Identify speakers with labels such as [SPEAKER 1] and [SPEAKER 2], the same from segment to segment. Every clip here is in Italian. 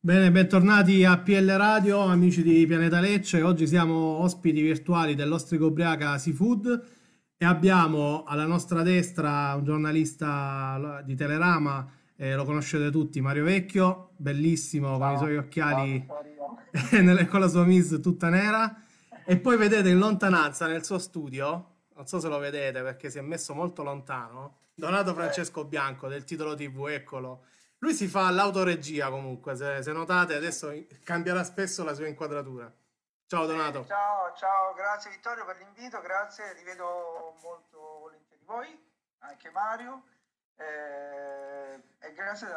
[SPEAKER 1] Bene, bentornati a PL Radio, amici di Pianeta Lecce. Oggi siamo ospiti virtuali dell'Ostrico Ubriaca Seafood e abbiamo alla nostra destra un giornalista di Telerama, lo conoscete tutti, Mario Vecchio, bellissimo con i suoi
[SPEAKER 2] Ciao, ciao
[SPEAKER 1] occhiali
[SPEAKER 2] Vittorio.
[SPEAKER 1] e con la sua mise tutta nera. E poi vedete in lontananza nel suo studio, non so se lo vedete perché si è messo molto lontano, Donato Francesco Bianco del titolo TV, eccolo. Lui si fa l'autoregia comunque, se notate adesso cambierà spesso la sua inquadratura. Ciao
[SPEAKER 2] Bene,
[SPEAKER 1] Donato.
[SPEAKER 2] ciao, ciao, grazie Vittorio per l'invito, grazie, rivedo molto volentieri voi, anche Mario, e grazie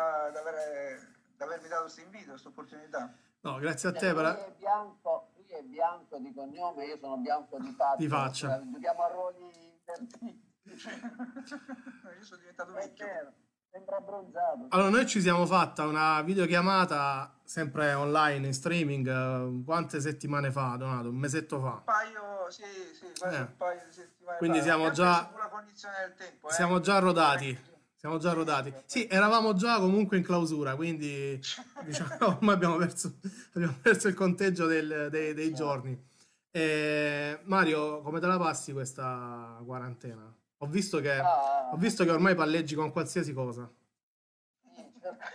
[SPEAKER 2] da avermi dato questo invito, questa opportunità.
[SPEAKER 1] No, grazie a
[SPEAKER 2] Cioè,
[SPEAKER 1] te
[SPEAKER 2] lui è bianco di cognome, io sono bianco di
[SPEAKER 1] di
[SPEAKER 2] fatto,
[SPEAKER 1] faccia.
[SPEAKER 2] giochiamo a ruoli invertiti. Cioè, io sono diventato
[SPEAKER 1] È
[SPEAKER 2] vecchio.
[SPEAKER 1] vero.
[SPEAKER 2] Sembra abbronzato.
[SPEAKER 1] Allora, noi ci siamo fatta una videochiamata sempre online, in streaming, quante settimane fa, Donato? Un mesetto fa.
[SPEAKER 2] Un paio, sì, sì, quasi
[SPEAKER 1] Eh,
[SPEAKER 2] un paio di settimane
[SPEAKER 1] quindi
[SPEAKER 2] fa. Abbiamo perso pure la cognizione del tempo,
[SPEAKER 1] siamo già
[SPEAKER 2] devo dire
[SPEAKER 1] rodati.
[SPEAKER 2] così.
[SPEAKER 1] Siamo già
[SPEAKER 2] Sì, sì,
[SPEAKER 1] rodati.
[SPEAKER 2] vabbè.
[SPEAKER 1] Sì, eravamo già comunque in clausura, quindi diciamo, ormai abbiamo perso il conteggio dei
[SPEAKER 2] Certo.
[SPEAKER 1] giorni. Mario, come te la passi questa quarantena? Ho
[SPEAKER 2] Ah,
[SPEAKER 1] visto che ormai palleggi con qualsiasi cosa.
[SPEAKER 2] sì,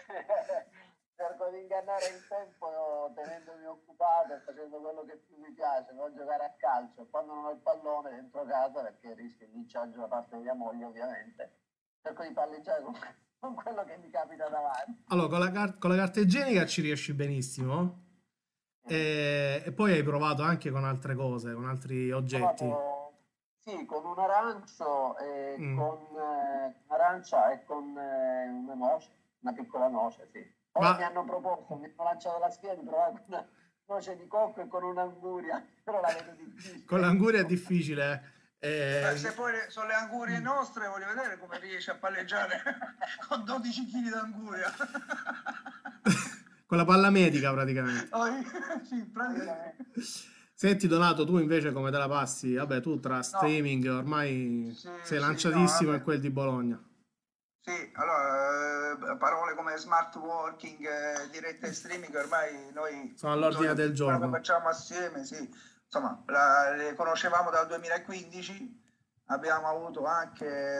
[SPEAKER 2] cerco di ingannare il tempo tenendomi occupato e facendo quello che più mi piace, non giocare a calcio. Quando non ho il pallone dentro casa, perché rischio il linciaggio da parte di mia moglie, ovviamente, cerco di palleggiare con quello che mi capita davanti.
[SPEAKER 1] Allora, con la carta igienica ci riesci benissimo.
[SPEAKER 2] Sì.
[SPEAKER 1] E poi hai provato anche con altre cose, con altri oggetti.
[SPEAKER 2] Provato, sì, con un arancio e
[SPEAKER 1] Mm.
[SPEAKER 2] con un'arancia e con una noce, una piccola noce, sì. Ora mi
[SPEAKER 1] Ma
[SPEAKER 2] hanno proposto, mi hanno lanciato la sfida di provare con una noce di cocco e con un'anguria, però la vedo
[SPEAKER 1] con
[SPEAKER 2] difficile.
[SPEAKER 1] l'anguria è difficile.
[SPEAKER 2] Se poi sono le angurie nostre, voglio vedere come riesci a palleggiare con 12 kg d'anguria.
[SPEAKER 1] Con la palla medica praticamente.
[SPEAKER 2] Sì, praticamente.
[SPEAKER 1] Senti Donato, tu invece come te la passi? Vabbè, tu tra
[SPEAKER 2] No,
[SPEAKER 1] streaming ormai
[SPEAKER 2] sì,
[SPEAKER 1] sei
[SPEAKER 2] sì, no,
[SPEAKER 1] lanciatissimo in
[SPEAKER 2] vabbè.
[SPEAKER 1] quel di Bologna.
[SPEAKER 2] Sì, allora, parole come smart working, diretta e streaming, ormai noi,
[SPEAKER 1] Sono all'ordine
[SPEAKER 2] Vittorio,
[SPEAKER 1] del
[SPEAKER 2] quello che
[SPEAKER 1] giorno.
[SPEAKER 2] facciamo assieme, sì, insomma, le conoscevamo dal 2015, abbiamo avuto anche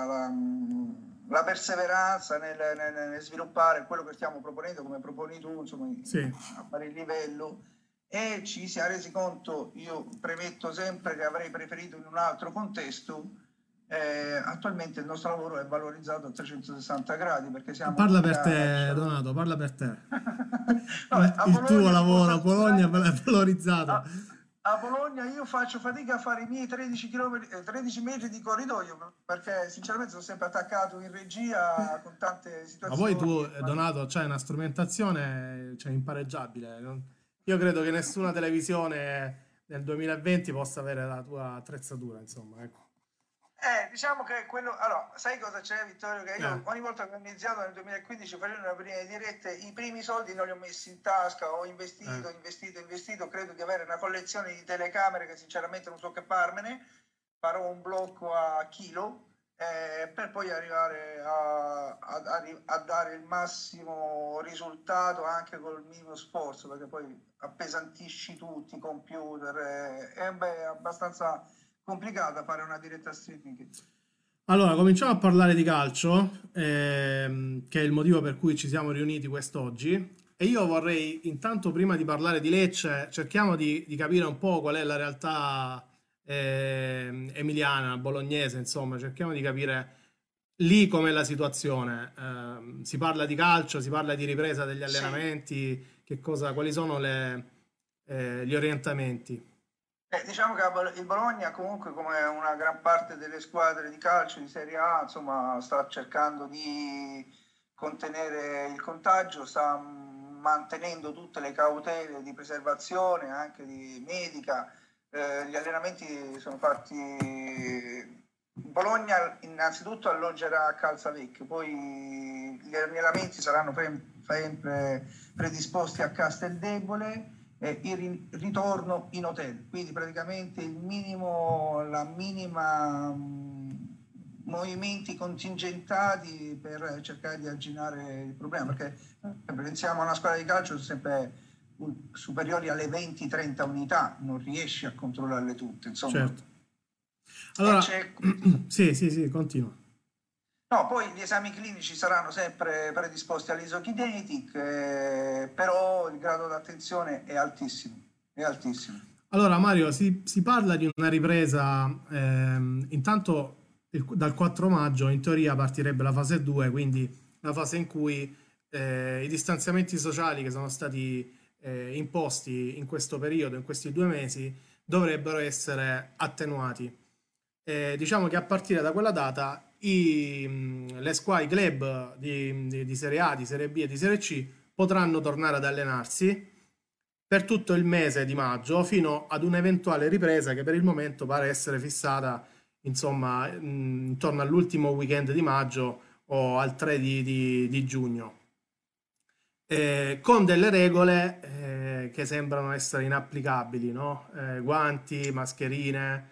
[SPEAKER 2] la perseveranza nel sviluppare quello che stiamo proponendo, come proponi tu, insomma,
[SPEAKER 1] Sì.
[SPEAKER 2] a pari livello, e ci si è resi conto, io premetto sempre che avrei preferito in un altro contesto. Attualmente il nostro lavoro è valorizzato a 360 gradi perché siamo
[SPEAKER 1] Parla
[SPEAKER 2] qui
[SPEAKER 1] per
[SPEAKER 2] a
[SPEAKER 1] te,
[SPEAKER 2] Cefalù.
[SPEAKER 1] Donato, parla per te.
[SPEAKER 2] Vabbè, a
[SPEAKER 1] Il tuo
[SPEAKER 2] Bologna ti posso
[SPEAKER 1] lavoro a Bologna
[SPEAKER 2] assicurare
[SPEAKER 1] è
[SPEAKER 2] che
[SPEAKER 1] valorizzato.
[SPEAKER 2] a, a Bologna io faccio fatica a fare i miei 13 km, 13 metri di corridoio perché sinceramente sono sempre attaccato in regia con tante
[SPEAKER 1] Ma poi tu,
[SPEAKER 2] situazioni.
[SPEAKER 1] Donato, c'hai una strumentazione, cioè, impareggiabile. Io credo che nessuna televisione nel 2020 possa avere la tua attrezzatura, insomma, ecco.
[SPEAKER 2] Diciamo che quello. Allora, sai cosa c'è, Vittorio? Che
[SPEAKER 1] Eh,
[SPEAKER 2] io ogni volta che ho iniziato nel 2015 facendo le prime dirette, i primi soldi non li ho messi in tasca, ho
[SPEAKER 1] eh.
[SPEAKER 2] investito, investito, investito. Credo di avere una collezione di telecamere che sinceramente non so che farmene. Farò un blocco a chilo per poi arrivare a dare il massimo risultato anche col minimo sforzo, perché poi appesantisci tutti i computer, beh, è abbastanza complicata fare una diretta streaming.
[SPEAKER 1] Allora, cominciamo a parlare di calcio, che è il motivo per cui ci siamo riuniti quest'oggi. E io vorrei, intanto, prima di parlare di Lecce, cerchiamo di capire un po' qual è la realtà emiliana, bolognese, insomma, cerchiamo di capire lì com'è la situazione. Si parla di calcio, si parla di ripresa degli
[SPEAKER 2] Sì,
[SPEAKER 1] allenamenti, quali sono gli orientamenti?
[SPEAKER 2] diciamo che il Bologna comunque come una gran parte delle squadre di calcio di Serie A, insomma, sta cercando di contenere il contagio, sta mantenendo tutte le cautele di preservazione, anche di medica. Gli allenamenti sono fatti. Bologna innanzitutto alloggerà a Calzavecchio, poi gli allenamenti saranno sempre predisposti a Casteldebole e il ritorno in hotel, quindi praticamente il minimo, la minima movimenti contingentati per cercare di arginare il problema, perché pensiamo a una squadra di calcio sempre superiori alle 20-30 unità, non riesci a controllarle tutte, insomma.
[SPEAKER 1] Certo. Allora, sì, continua.
[SPEAKER 2] No, poi gli esami clinici saranno sempre predisposti all'isokinetic, però il grado di attenzione è altissimo, è altissimo.
[SPEAKER 1] Allora, Mario, si parla di una ripresa, intanto dal 4 maggio in teoria partirebbe la fase 2, quindi la fase in cui i distanziamenti sociali che sono stati imposti in questo periodo, in questi 2 mesi, dovrebbero essere attenuati. Diciamo che a partire da quella data le squadre, i club di Serie A, di Serie B e di Serie C potranno tornare ad allenarsi per tutto il mese di maggio fino ad un'eventuale ripresa che per il momento pare essere fissata, insomma, intorno all'ultimo weekend di maggio o al 3 di giugno, con delle regole che sembrano essere inapplicabili, no? Guanti, mascherine,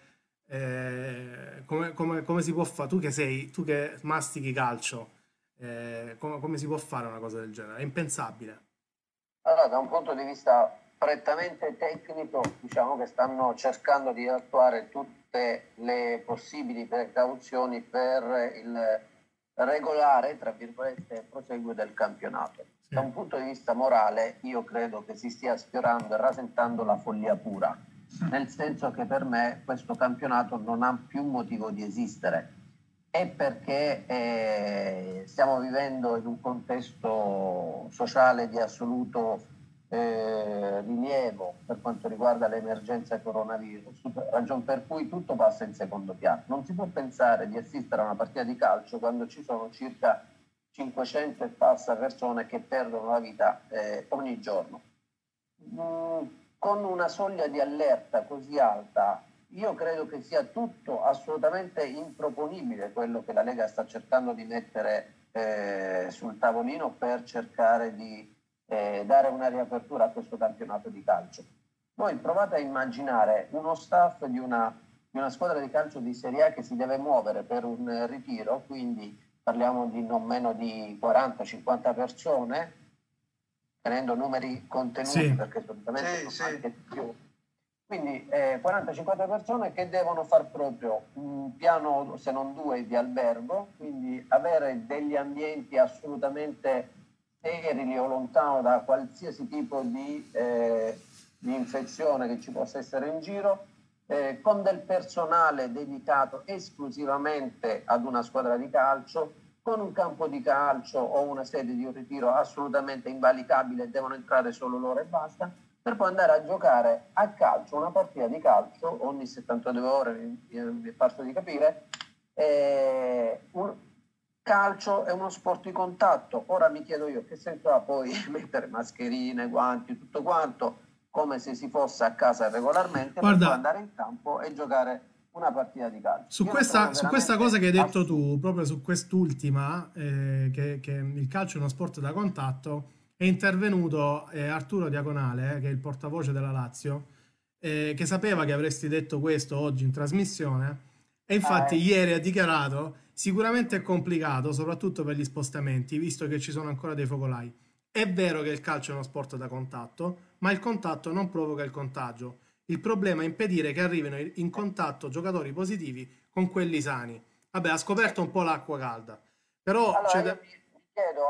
[SPEAKER 1] come si può fare? Tu che mastichi calcio, come si può fare una cosa del genere? È impensabile.
[SPEAKER 3] Allora, da un punto di vista prettamente tecnico, diciamo che stanno cercando di attuare tutte le possibili precauzioni per il regolare, tra virgolette, proseguo del campionato.
[SPEAKER 1] Sì.
[SPEAKER 3] Da un punto di vista morale, io credo che si stia sfiorando e rasentando la follia pura, nel senso che per me questo campionato non ha più motivo di esistere. È perché stiamo vivendo in un contesto sociale di assoluto rilievo per quanto riguarda l'emergenza coronavirus, ragion per cui tutto passa in secondo piano. Non si può pensare di assistere a una partita di calcio quando ci sono circa 500 e passa persone che perdono la vita ogni giorno. Con una soglia di allerta così alta, io credo che sia tutto assolutamente improponibile quello che la Lega sta cercando di mettere sul tavolino per cercare di dare una riapertura a questo campionato di calcio. Voi provate a immaginare uno staff di una squadra di calcio di Serie A che si deve muovere per un ritiro, quindi parliamo di non meno di 40-50 persone, tenendo numeri contenuti,
[SPEAKER 1] Sì.
[SPEAKER 3] perché solitamente sono anche più. Quindi 40-50 persone che devono far proprio un piano, se non due, di albergo, quindi avere degli ambienti assolutamente sterili o lontano da qualsiasi tipo di infezione che ci possa essere in giro, con del personale dedicato esclusivamente ad una squadra di calcio, con un campo di calcio o una sede di un ritiro assolutamente invalicabile, devono entrare solo loro e basta, per poi andare a giocare a calcio, una partita di calcio ogni 72 ore, mi è parso di capire. Calcio è uno sport di contatto. Ora mi chiedo io che senso ha poi mettere mascherine, guanti, tutto quanto, come se si fosse a casa regolarmente, per poi andare in campo e giocare una partita di calcio.
[SPEAKER 1] Su questa cosa che hai detto tu, proprio su quest'ultima, che il calcio è uno sport da contatto, è intervenuto Arturo Diaconale, che è il portavoce della Lazio, che sapeva che avresti detto questo oggi in trasmissione, e infatti ieri ha dichiarato: sicuramente è complicato, soprattutto per gli spostamenti, visto che ci sono ancora dei focolai. È vero che il calcio è uno sport da contatto, ma il contatto non provoca il contagio. Il problema è impedire che arrivino in contatto giocatori positivi con quelli sani. Vabbè, ha scoperto un po' l'acqua calda. Però
[SPEAKER 3] allora, io mi chiedo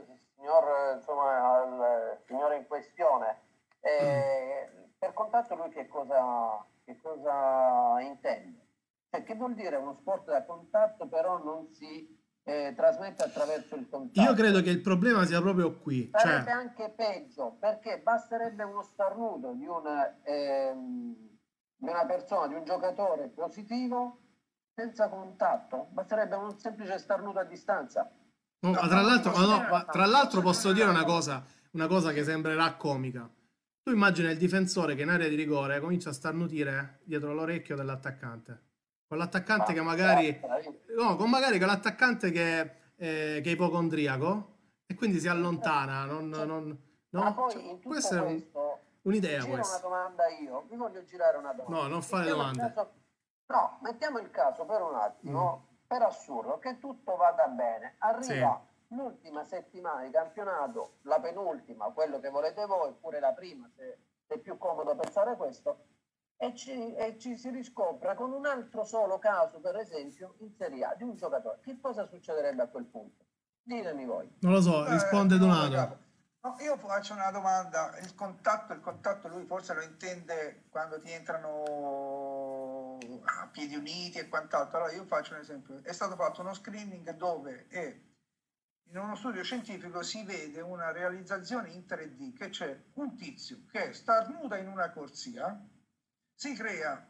[SPEAKER 3] al signore in questione, per contatto lui che cosa intende? Cioè, che vuol dire uno sport da contatto però non si trasmette attraverso il contatto?
[SPEAKER 1] Io credo che il problema sia proprio qui.
[SPEAKER 3] Sarebbe anche peggio, perché basterebbe uno starnuto di una persona, di un giocatore positivo senza contatto, basterebbe un semplice starnuto a distanza.
[SPEAKER 1] No, tra l'altro posso dire una cosa che sembrerà comica. Tu immagina il difensore che in area di rigore comincia a starnutire dietro l'orecchio dell'attaccante. Con l'attaccante che magari... No, magari con l'attaccante che è ipocondriaco e quindi si allontana.
[SPEAKER 3] Ma poi in tutto questo
[SPEAKER 1] un'idea
[SPEAKER 3] giro
[SPEAKER 1] questa.
[SPEAKER 3] una domanda io. Vi voglio girare una domanda.
[SPEAKER 1] No, non fare domande.
[SPEAKER 3] No, mettiamo il caso per un attimo per assurdo, che tutto vada bene, arriva
[SPEAKER 1] Sì.
[SPEAKER 3] l'ultima settimana di campionato, la penultima, quello che volete voi, oppure la prima, se è più comodo pensare questo, e ci si riscopre con un altro solo caso, per esempio, in Serie A, di un giocatore. Che cosa succederebbe a quel punto? Ditemi voi.
[SPEAKER 1] Non lo so, risponde Donato.
[SPEAKER 2] No, io faccio una domanda, il contatto lui forse lo intende quando ti entrano a piedi uniti e quant'altro. Allora io faccio un esempio, è stato fatto uno screening dove in uno studio scientifico si vede una realizzazione in 3D che c'è un tizio che starnuta in una corsia, si crea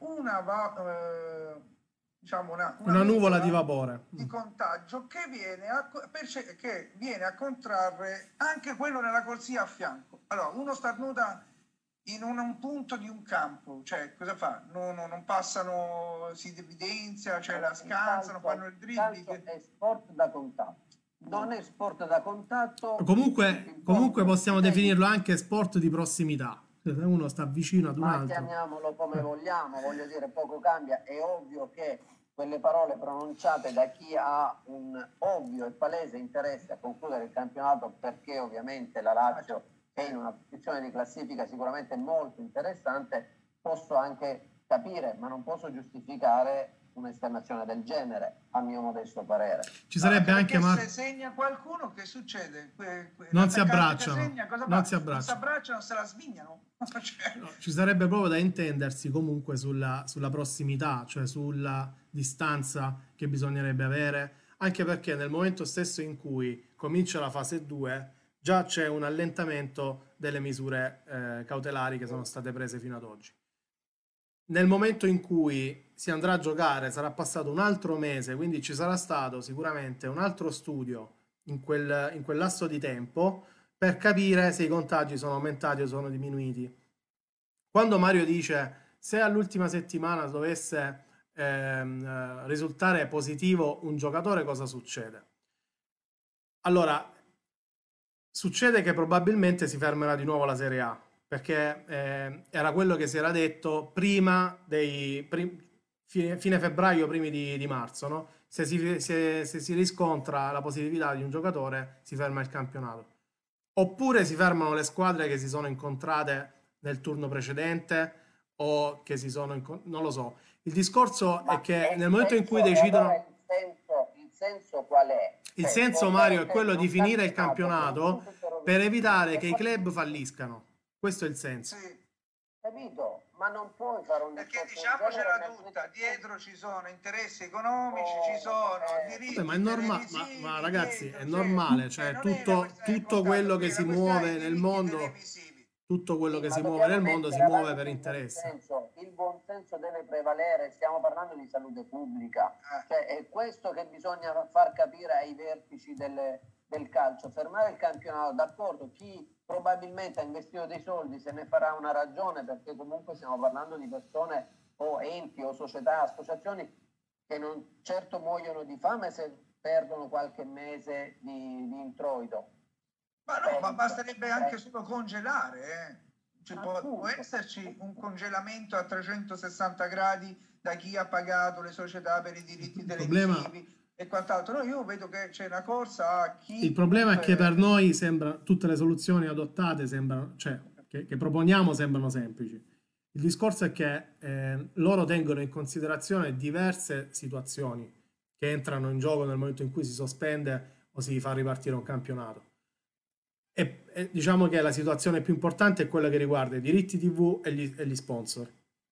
[SPEAKER 2] diciamo
[SPEAKER 1] Una nuvola di vapore.
[SPEAKER 2] di contagio che viene a contrarre anche quello nella corsia a fianco. Allora, uno starnuta in un punto di un campo, cioè cosa fa? Non passano, si evidenzia, cioè la scansano, fanno il dribbling.
[SPEAKER 3] Il calcio è sport da contatto. Non è sport da contatto.
[SPEAKER 1] Comunque possiamo definirlo anche sport di prossimità. Se uno sta vicino ad un altro.
[SPEAKER 3] Ma chiamiamolo come vogliamo, voglio dire, poco cambia. È ovvio che quelle parole pronunciate da chi ha un ovvio e palese interesse a concludere il campionato, perché ovviamente la Lazio è in una posizione di classifica sicuramente molto interessante, posso anche capire, ma non posso giustificare un'esternazione del genere, a mio modesto parere.
[SPEAKER 1] Ci sarebbe anche
[SPEAKER 2] se segna qualcuno, che succede?
[SPEAKER 1] Non si abbracciano,
[SPEAKER 2] non si abbracciano, se la svignano.
[SPEAKER 1] No, ci sarebbe proprio da intendersi comunque sulla prossimità, cioè sulla distanza che bisognerebbe avere, anche perché nel momento stesso in cui comincia la fase 2 già c'è un allentamento delle misure cautelari che sono state prese fino ad oggi. Nel momento in cui si andrà a giocare sarà passato un altro mese, quindi ci sarà stato sicuramente un altro studio in quel lasso di tempo per capire se i contagi sono aumentati o sono diminuiti. Quando Mario dice se all'ultima settimana dovesse risultare positivo un giocatore, cosa succede? Allora, succede che probabilmente si fermerà di nuovo la Serie A, perché era quello che si era detto prima fine febbraio, primi di marzo, no? Se si riscontra la positività di un giocatore, si ferma il campionato. Oppure si fermano le squadre che si sono incontrate nel turno precedente o che si sono non lo so. Il discorso è che nel momento in cui decidono...
[SPEAKER 3] Il senso qual è?
[SPEAKER 1] Il senso, Mario, è quello di finire il campionato per evitare che i club falliscano. Questo è il senso.
[SPEAKER 2] Sì.
[SPEAKER 3] Capito? Ma non puoi fare un
[SPEAKER 2] perché diciamocela tutta, dietro ci sono interessi economici, ci sono diritti
[SPEAKER 1] ma è normale, ma ragazzi, dietro, è normale, cioè tutto quello che si muove nel mondo, tutto quello che si muove nel mondo si muove per interesse.
[SPEAKER 3] Il buon senso deve prevalere, stiamo parlando di salute pubblica, cioè è questo che bisogna far capire ai vertici del calcio. Fermare il campionato, d'accordo, chi probabilmente ha investito dei soldi se ne farà una ragione, perché comunque stiamo parlando di persone o enti o società, associazioni che non certo muoiono di fame se perdono qualche mese di introito.
[SPEAKER 2] Ma no, ma basterebbe anche solo congelare, Cioè, può esserci un congelamento a 360 gradi da chi ha pagato le società per i diritti televisivi e quant'altro. No, io vedo che c'è una corsa a chi...
[SPEAKER 1] Il problema è che per noi tutte le soluzioni adottate sembrano, cioè che proponiamo sembrano semplici. Il discorso è che loro tengono in considerazione diverse situazioni che entrano in gioco nel momento in cui si sospende o si fa ripartire un campionato. E diciamo che la situazione più importante è quella che riguarda i diritti TV e gli sponsor.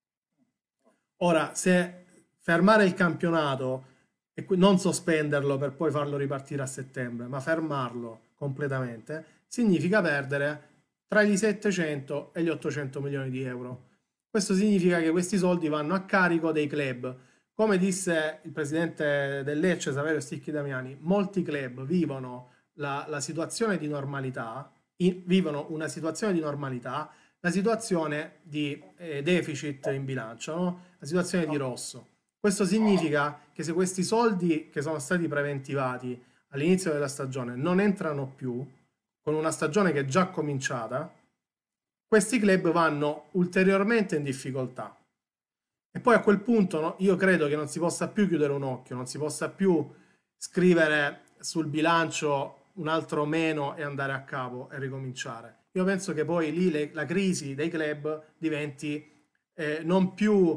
[SPEAKER 1] Ora, se fermare il campionato e non sospenderlo per poi farlo ripartire a settembre, ma fermarlo completamente, significa perdere tra gli 700 e gli 800 milioni di euro. Questo significa che questi soldi vanno a carico dei club. Come disse il presidente del Lecce, Saverio Sticchi Damiani, molti club vivono la situazione di normalità, vivono una situazione di normalità, la situazione di deficit in bilancio, no? La situazione di rosso. Questo significa che se questi soldi che sono stati preventivati all'inizio della stagione non entrano più, con una stagione che è già cominciata, questi club vanno ulteriormente in difficoltà. E poi a quel punto io credo che non si possa più chiudere un occhio, non si possa più scrivere sul bilancio un altro meno e andare a capo e ricominciare. Io penso che poi lì la crisi dei club diventi non più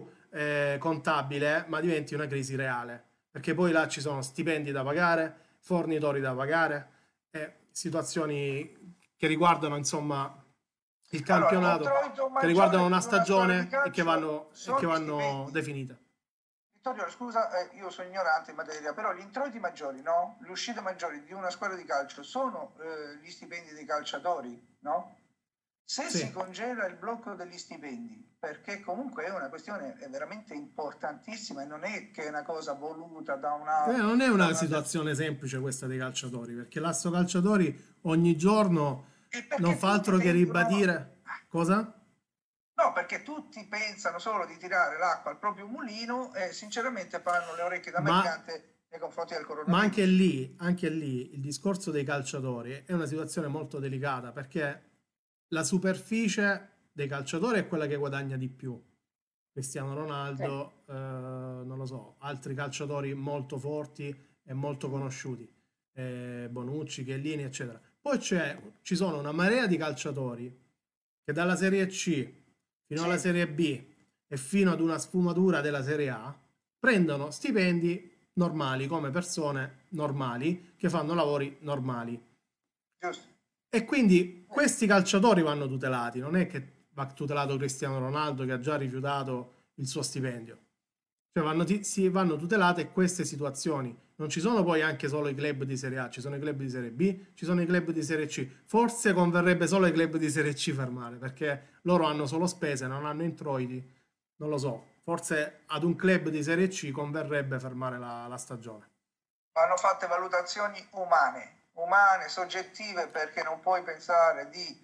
[SPEAKER 1] contabile, ma diventi una crisi reale, perché poi là ci sono stipendi da pagare, fornitori da pagare e situazioni che riguardano insomma il
[SPEAKER 2] Allora,
[SPEAKER 1] campionato,
[SPEAKER 2] l'introito
[SPEAKER 1] che riguardano
[SPEAKER 2] maggiore
[SPEAKER 1] una
[SPEAKER 2] di una squadra di
[SPEAKER 1] stagione
[SPEAKER 2] calcio
[SPEAKER 1] e che
[SPEAKER 2] sono gli
[SPEAKER 1] vanno
[SPEAKER 2] stipendi.
[SPEAKER 1] definite.
[SPEAKER 2] Vittorio, scusa, io sono ignorante in materia, però gli introiti maggiori, no? Le uscite maggiori di una squadra di calcio sono gli stipendi dei calciatori, no? Se
[SPEAKER 1] Sì.
[SPEAKER 2] si congela il blocco degli stipendi, perché comunque è una questione veramente importantissima e non è che è una cosa voluta
[SPEAKER 1] Non è
[SPEAKER 2] da
[SPEAKER 1] una
[SPEAKER 2] una
[SPEAKER 1] situazione semplice questa dei calciatori, perché l'Asso Calciatori ogni giorno
[SPEAKER 2] e
[SPEAKER 1] non
[SPEAKER 2] perché
[SPEAKER 1] fa
[SPEAKER 2] tutti
[SPEAKER 1] altro che
[SPEAKER 2] tendono.
[SPEAKER 1] ribadire. Cosa?
[SPEAKER 2] No, perché tutti pensano solo di tirare l'acqua al proprio mulino e sinceramente fanno le orecchie da
[SPEAKER 1] Ma,
[SPEAKER 2] mediante nei confronti del
[SPEAKER 1] ma
[SPEAKER 2] coronavirus.
[SPEAKER 1] anche lì il discorso dei calciatori è una situazione molto delicata, perché la superficie dei calciatori è quella che guadagna di più. Cristiano
[SPEAKER 3] Sì,
[SPEAKER 1] Ronaldo, non lo so, altri calciatori molto forti e molto conosciuti, Bonucci, Chiellini, eccetera. Poi ci sono una marea di calciatori che dalla Serie C fino alla
[SPEAKER 2] Sì,
[SPEAKER 1] Serie B e fino ad una sfumatura della Serie A prendono stipendi normali come persone normali che fanno lavori normali.
[SPEAKER 2] giusto.
[SPEAKER 1] E quindi questi calciatori vanno tutelati, non è che va tutelato Cristiano Ronaldo che ha già rifiutato il suo stipendio. Cioè vanno tutelate queste situazioni. Non ci sono poi anche solo i club di Serie A, ci sono i club di Serie B, ci sono i club di Serie C. Forse converrebbe solo ai club di Serie C fermare, perché loro hanno solo spese, non hanno introiti. Non lo so. Forse ad un club di Serie C converrebbe fermare la stagione.
[SPEAKER 2] Vanno fatte valutazioni umane, soggettive, perché non puoi pensare di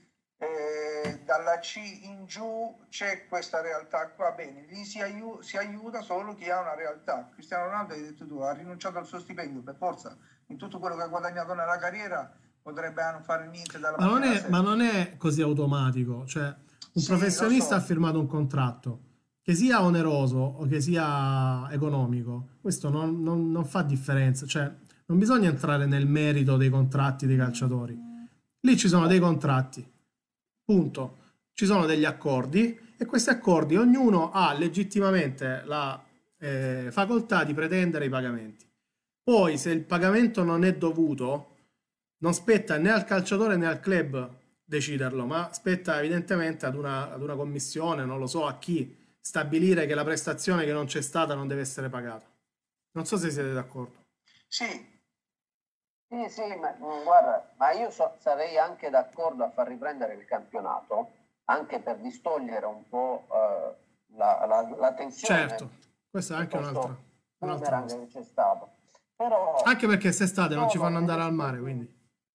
[SPEAKER 2] dalla C in giù c'è questa realtà qua, bene, lì si aiuta solo chi ha una realtà. Cristiano Ronaldo, hai detto tu, ha rinunciato al suo stipendio, per forza, in tutto quello che ha guadagnato nella carriera potrebbe non fare niente dalla mattina alla
[SPEAKER 1] Ma
[SPEAKER 2] sera.
[SPEAKER 1] non è così automatico. Cioè, un
[SPEAKER 2] Sì, lo
[SPEAKER 1] professionista ha
[SPEAKER 2] so,
[SPEAKER 1] firmato un contratto che sia oneroso o che sia economico. Questo non fa differenza. Cioè, non bisogna entrare nel merito dei contratti dei calciatori. Lì ci sono dei contratti, punto. Ci sono degli accordi e questi accordi ognuno ha legittimamente la facoltà di pretendere i pagamenti. Poi, se il pagamento non è dovuto, non spetta né al calciatore né al club deciderlo, ma spetta evidentemente ad una commissione, non lo so a chi, stabilire che la prestazione che non c'è stata non deve essere pagata. Non so se siete d'accordo.
[SPEAKER 2] sì,
[SPEAKER 3] sì, sì, guarda, ma io sarei anche d'accordo a far riprendere il campionato, anche per distogliere un po' la tensione
[SPEAKER 1] Certo, questa è
[SPEAKER 3] di
[SPEAKER 1] anche
[SPEAKER 3] questo
[SPEAKER 1] un'altra
[SPEAKER 3] boomerang
[SPEAKER 1] cosa.
[SPEAKER 3] che c'è stato. Però
[SPEAKER 1] Anche perché quest'estate non ci fanno
[SPEAKER 3] solo ed
[SPEAKER 1] andare al mare,
[SPEAKER 3] esclusivamente
[SPEAKER 1] quindi.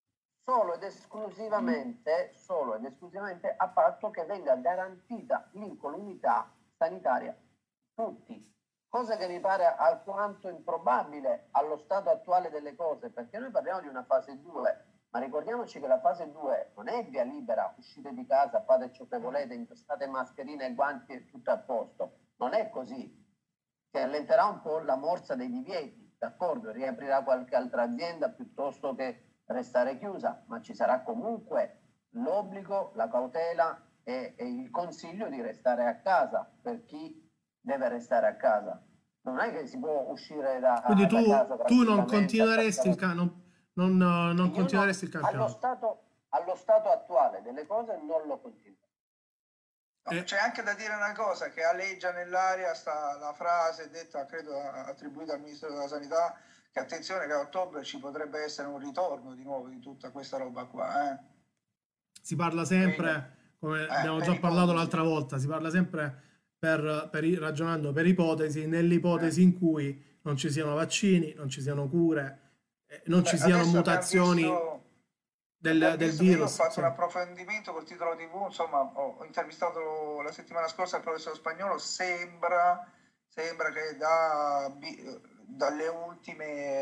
[SPEAKER 3] solo ed esclusivamente a patto che venga garantita l'incolumità sanitaria a tutti, cosa che mi pare alquanto improbabile allo stato attuale delle cose, perché noi parliamo di una fase 2, ma ricordiamoci che la fase 2 non è via libera, uscite di casa, fate ciò che volete, indossate mascherine e guanti e tutto a posto. Non è così, che allenterà un po' la morsa dei divieti, d'accordo, riaprirà qualche altra azienda piuttosto che restare chiusa, ma ci sarà comunque l'obbligo, la cautela e il consiglio di restare a casa per chi deve restare a casa. Non è che si può uscire
[SPEAKER 1] Quindi
[SPEAKER 3] da casa
[SPEAKER 1] tu non
[SPEAKER 3] tranquillamente a
[SPEAKER 1] continueresti
[SPEAKER 3] passare.
[SPEAKER 1] non
[SPEAKER 3] Io non,
[SPEAKER 1] continueresti il campionato.
[SPEAKER 3] allo stato attuale delle cose non lo continuo.
[SPEAKER 2] no,
[SPEAKER 1] E,
[SPEAKER 2] c'è anche da dire una cosa che aleggia nell'aria sta la frase detta, credo attribuita al Ministro della Sanità, che attenzione che a ottobre ci potrebbe essere un ritorno di nuovo di tutta questa roba qua.
[SPEAKER 1] si parla
[SPEAKER 2] Quindi,
[SPEAKER 1] sempre, come abbiamo
[SPEAKER 2] per
[SPEAKER 1] già parlato
[SPEAKER 2] ipotesi.
[SPEAKER 1] l'altra volta, si parla sempre ragionando per ipotesi,
[SPEAKER 2] Eh.
[SPEAKER 1] nell'ipotesi in cui non ci siano vaccini, non ci siano cure, non
[SPEAKER 2] Beh,
[SPEAKER 1] ci siano
[SPEAKER 2] adesso
[SPEAKER 1] mutazioni
[SPEAKER 2] abbiamo
[SPEAKER 1] del
[SPEAKER 2] visto che io ho
[SPEAKER 1] virus.
[SPEAKER 2] fatto un
[SPEAKER 1] Sì.
[SPEAKER 2] approfondimento col titolo TV, insomma, ho intervistato la settimana scorsa il professor Spagnolo, sembra che dalle ultime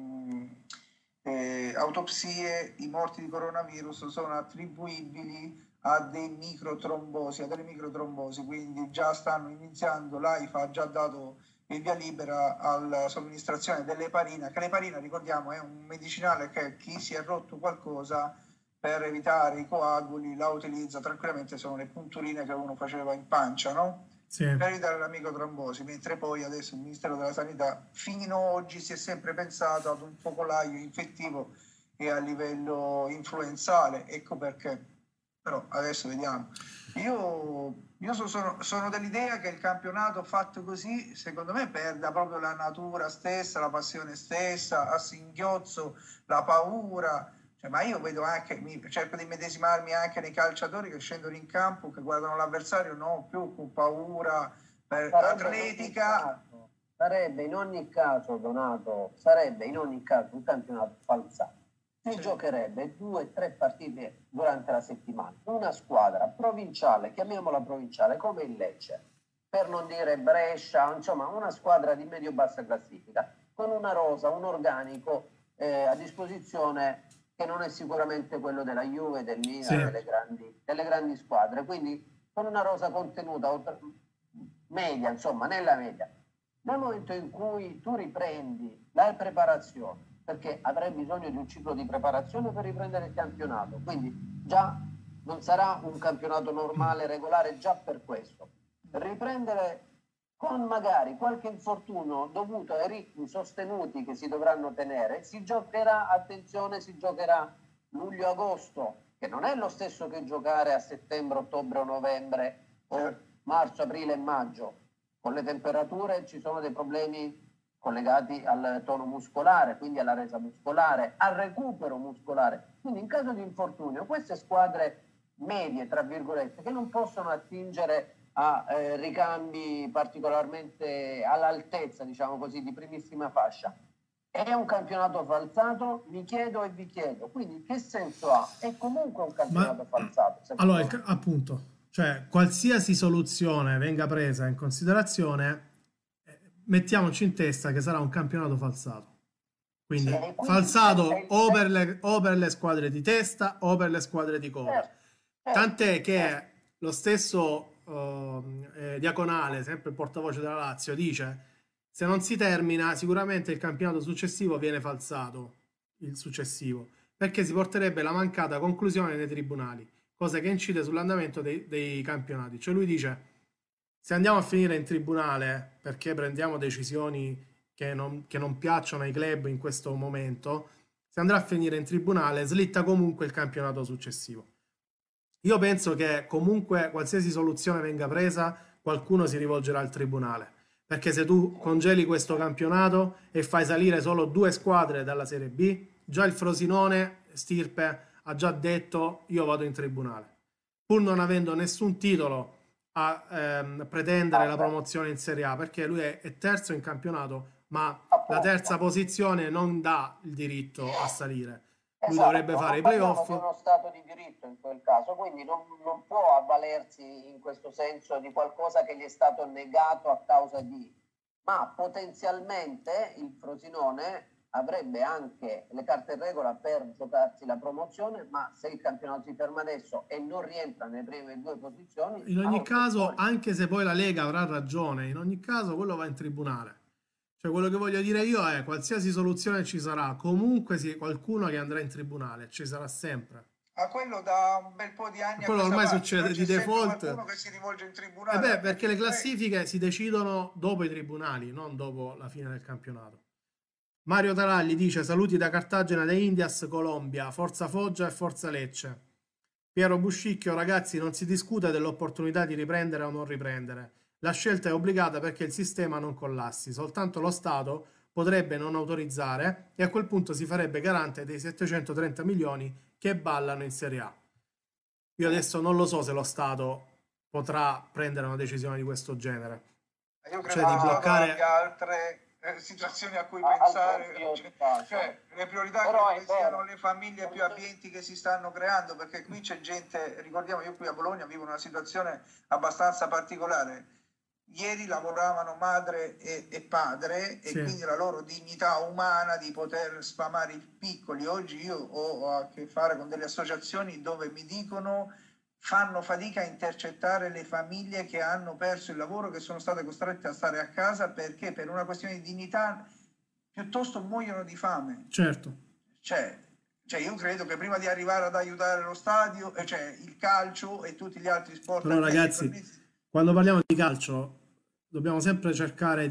[SPEAKER 2] autopsie i morti di coronavirus sono attribuibili ha dei microtrombosi, ha delle microtrombosi, quindi già stanno iniziando, l'AIFA ha già dato il via libera alla somministrazione dell'eparina, che l'eparina, ricordiamo, è un medicinale che chi si è rotto qualcosa per evitare i coaguli la utilizza tranquillamente, sono le punturine che uno faceva in pancia, no?
[SPEAKER 1] Sì.
[SPEAKER 2] Per evitare la microtrombosi, mentre poi adesso il Ministero della Sanità fino ad oggi si è sempre pensato ad un focolaio infettivo e a livello influenzale, ecco perché. Però adesso vediamo. Io sono dell'idea che il campionato fatto così, secondo me, perda proprio la natura stessa, la passione stessa, a singhiozzo, la paura. Cioè, ma io vedo anche, cerco di medesimarmi anche nei calciatori che scendono in campo, che guardano l'avversario, no, più con paura, atletica.
[SPEAKER 3] Sarebbe in ogni caso, Donato, sarebbe in ogni caso un campionato falsato. Si giocherebbe 2 o 3 partite durante la settimana. Una squadra provinciale, chiamiamola provinciale, come il Lecce, per non dire Brescia, insomma una squadra di medio-bassa classifica, con una rosa, un organico a disposizione che non è sicuramente quello della Juve, del Milan, delle grandi squadre. Quindi con una rosa contenuta, media, insomma, nella media. Nel momento in cui tu riprendi la preparazione, perché avrai bisogno di un ciclo di preparazione per riprendere il campionato, quindi già non sarà un campionato normale, regolare, già per questo. Riprendere con magari qualche infortunio dovuto ai ritmi sostenuti che si dovranno tenere, si giocherà, attenzione, si giocherà luglio-agosto, che non è lo stesso che giocare a settembre, ottobre o novembre o marzo, aprile e maggio. Con le temperature ci sono dei problemi collegati al tono muscolare, quindi alla resa muscolare, al recupero muscolare. Quindi in caso di infortunio, queste squadre medie, tra virgolette, che non possono attingere a ricambi particolarmente all'altezza, diciamo così, di primissima fascia, è un campionato falsato? Mi chiedo e vi chiedo. Quindi che senso ha? È comunque un campionato falsato.
[SPEAKER 1] Allora, appunto, cioè qualsiasi soluzione venga presa in considerazione, mettiamoci in testa che sarà un campionato falsato. Quindi falsato o per le squadre di testa o per le squadre di coda. Tant'è che lo stesso Diaconale, sempre il portavoce della Lazio, dice: se non si termina, sicuramente il campionato successivo viene falsato, il successivo, perché si porterebbe la mancata conclusione nei tribunali, cosa che incide sull'andamento dei campionati. Cioè lui dice: se andiamo a finire in tribunale perché prendiamo decisioni che non piacciono ai club in questo momento, se andrà a finire in tribunale slitta comunque il campionato successivo. Io penso che comunque qualsiasi soluzione venga presa, qualcuno si rivolgerà al tribunale, perché se tu congeli questo campionato e fai salire solo 2 squadre dalla Serie B, già il Frosinone Stirpe ha già detto: io vado in tribunale, pur non avendo nessun titolo a pretendere la promozione in Serie A, perché lui è terzo in campionato, ma la terza posizione non dà il diritto a salire. Lui dovrebbe fare i playoff.
[SPEAKER 3] È uno stato di diritto in quel caso, quindi non può avvalersi in questo senso di qualcosa che gli è stato negato a causa di, ma potenzialmente il Frosinone avrebbe anche le carte in regola per giocarsi la promozione, ma se il campionato si ferma adesso e non rientra nelle prime 2 posizioni,
[SPEAKER 1] in ogni caso, anche se poi la Lega avrà ragione, in ogni caso quello va in tribunale. Cioè, quello che voglio dire io è: qualsiasi soluzione ci sarà, comunque qualcuno che andrà in tribunale, ci sarà sempre.
[SPEAKER 2] A quello da un bel po' di anni
[SPEAKER 1] quello ormai succede di default.
[SPEAKER 2] Qualcuno che si rivolge in tribunale.
[SPEAKER 1] Beh, perché le classifiche si decidono dopo i tribunali, non dopo la fine del campionato. Mario Taralli dice: saluti da Cartagena de Indias, Colombia, forza Foggia e forza Lecce. Piero Buscicchio: ragazzi, non si discute dell'opportunità di riprendere o non riprendere. La scelta è obbligata perché il sistema non collassi. Soltanto lo Stato potrebbe non autorizzare e a quel punto si farebbe garante dei 730 milioni che ballano in Serie A. Io adesso non lo so se lo Stato potrà prendere una decisione di questo genere.
[SPEAKER 2] Io credo di bloccare anche altre situazioni a cui pensare, cioè le priorità che siano le famiglie più abbienti che si stanno creando, perché qui c'è gente, ricordiamo, io qui a Bologna vivo una situazione abbastanza particolare. Ieri lavoravano madre e padre e quindi la loro dignità umana di poter sfamare i piccoli. Oggi io ho a che fare con delle associazioni dove mi dicono fanno fatica a intercettare le famiglie che hanno perso il lavoro, che sono state costrette a stare a casa perché per una questione di dignità piuttosto muoiono di fame.
[SPEAKER 1] Certo.
[SPEAKER 2] Cioè io credo che prima di arrivare ad aiutare lo stadio, cioè il calcio e tutti gli altri sport,
[SPEAKER 1] Però ragazzi, quando parliamo di calcio dobbiamo sempre cercare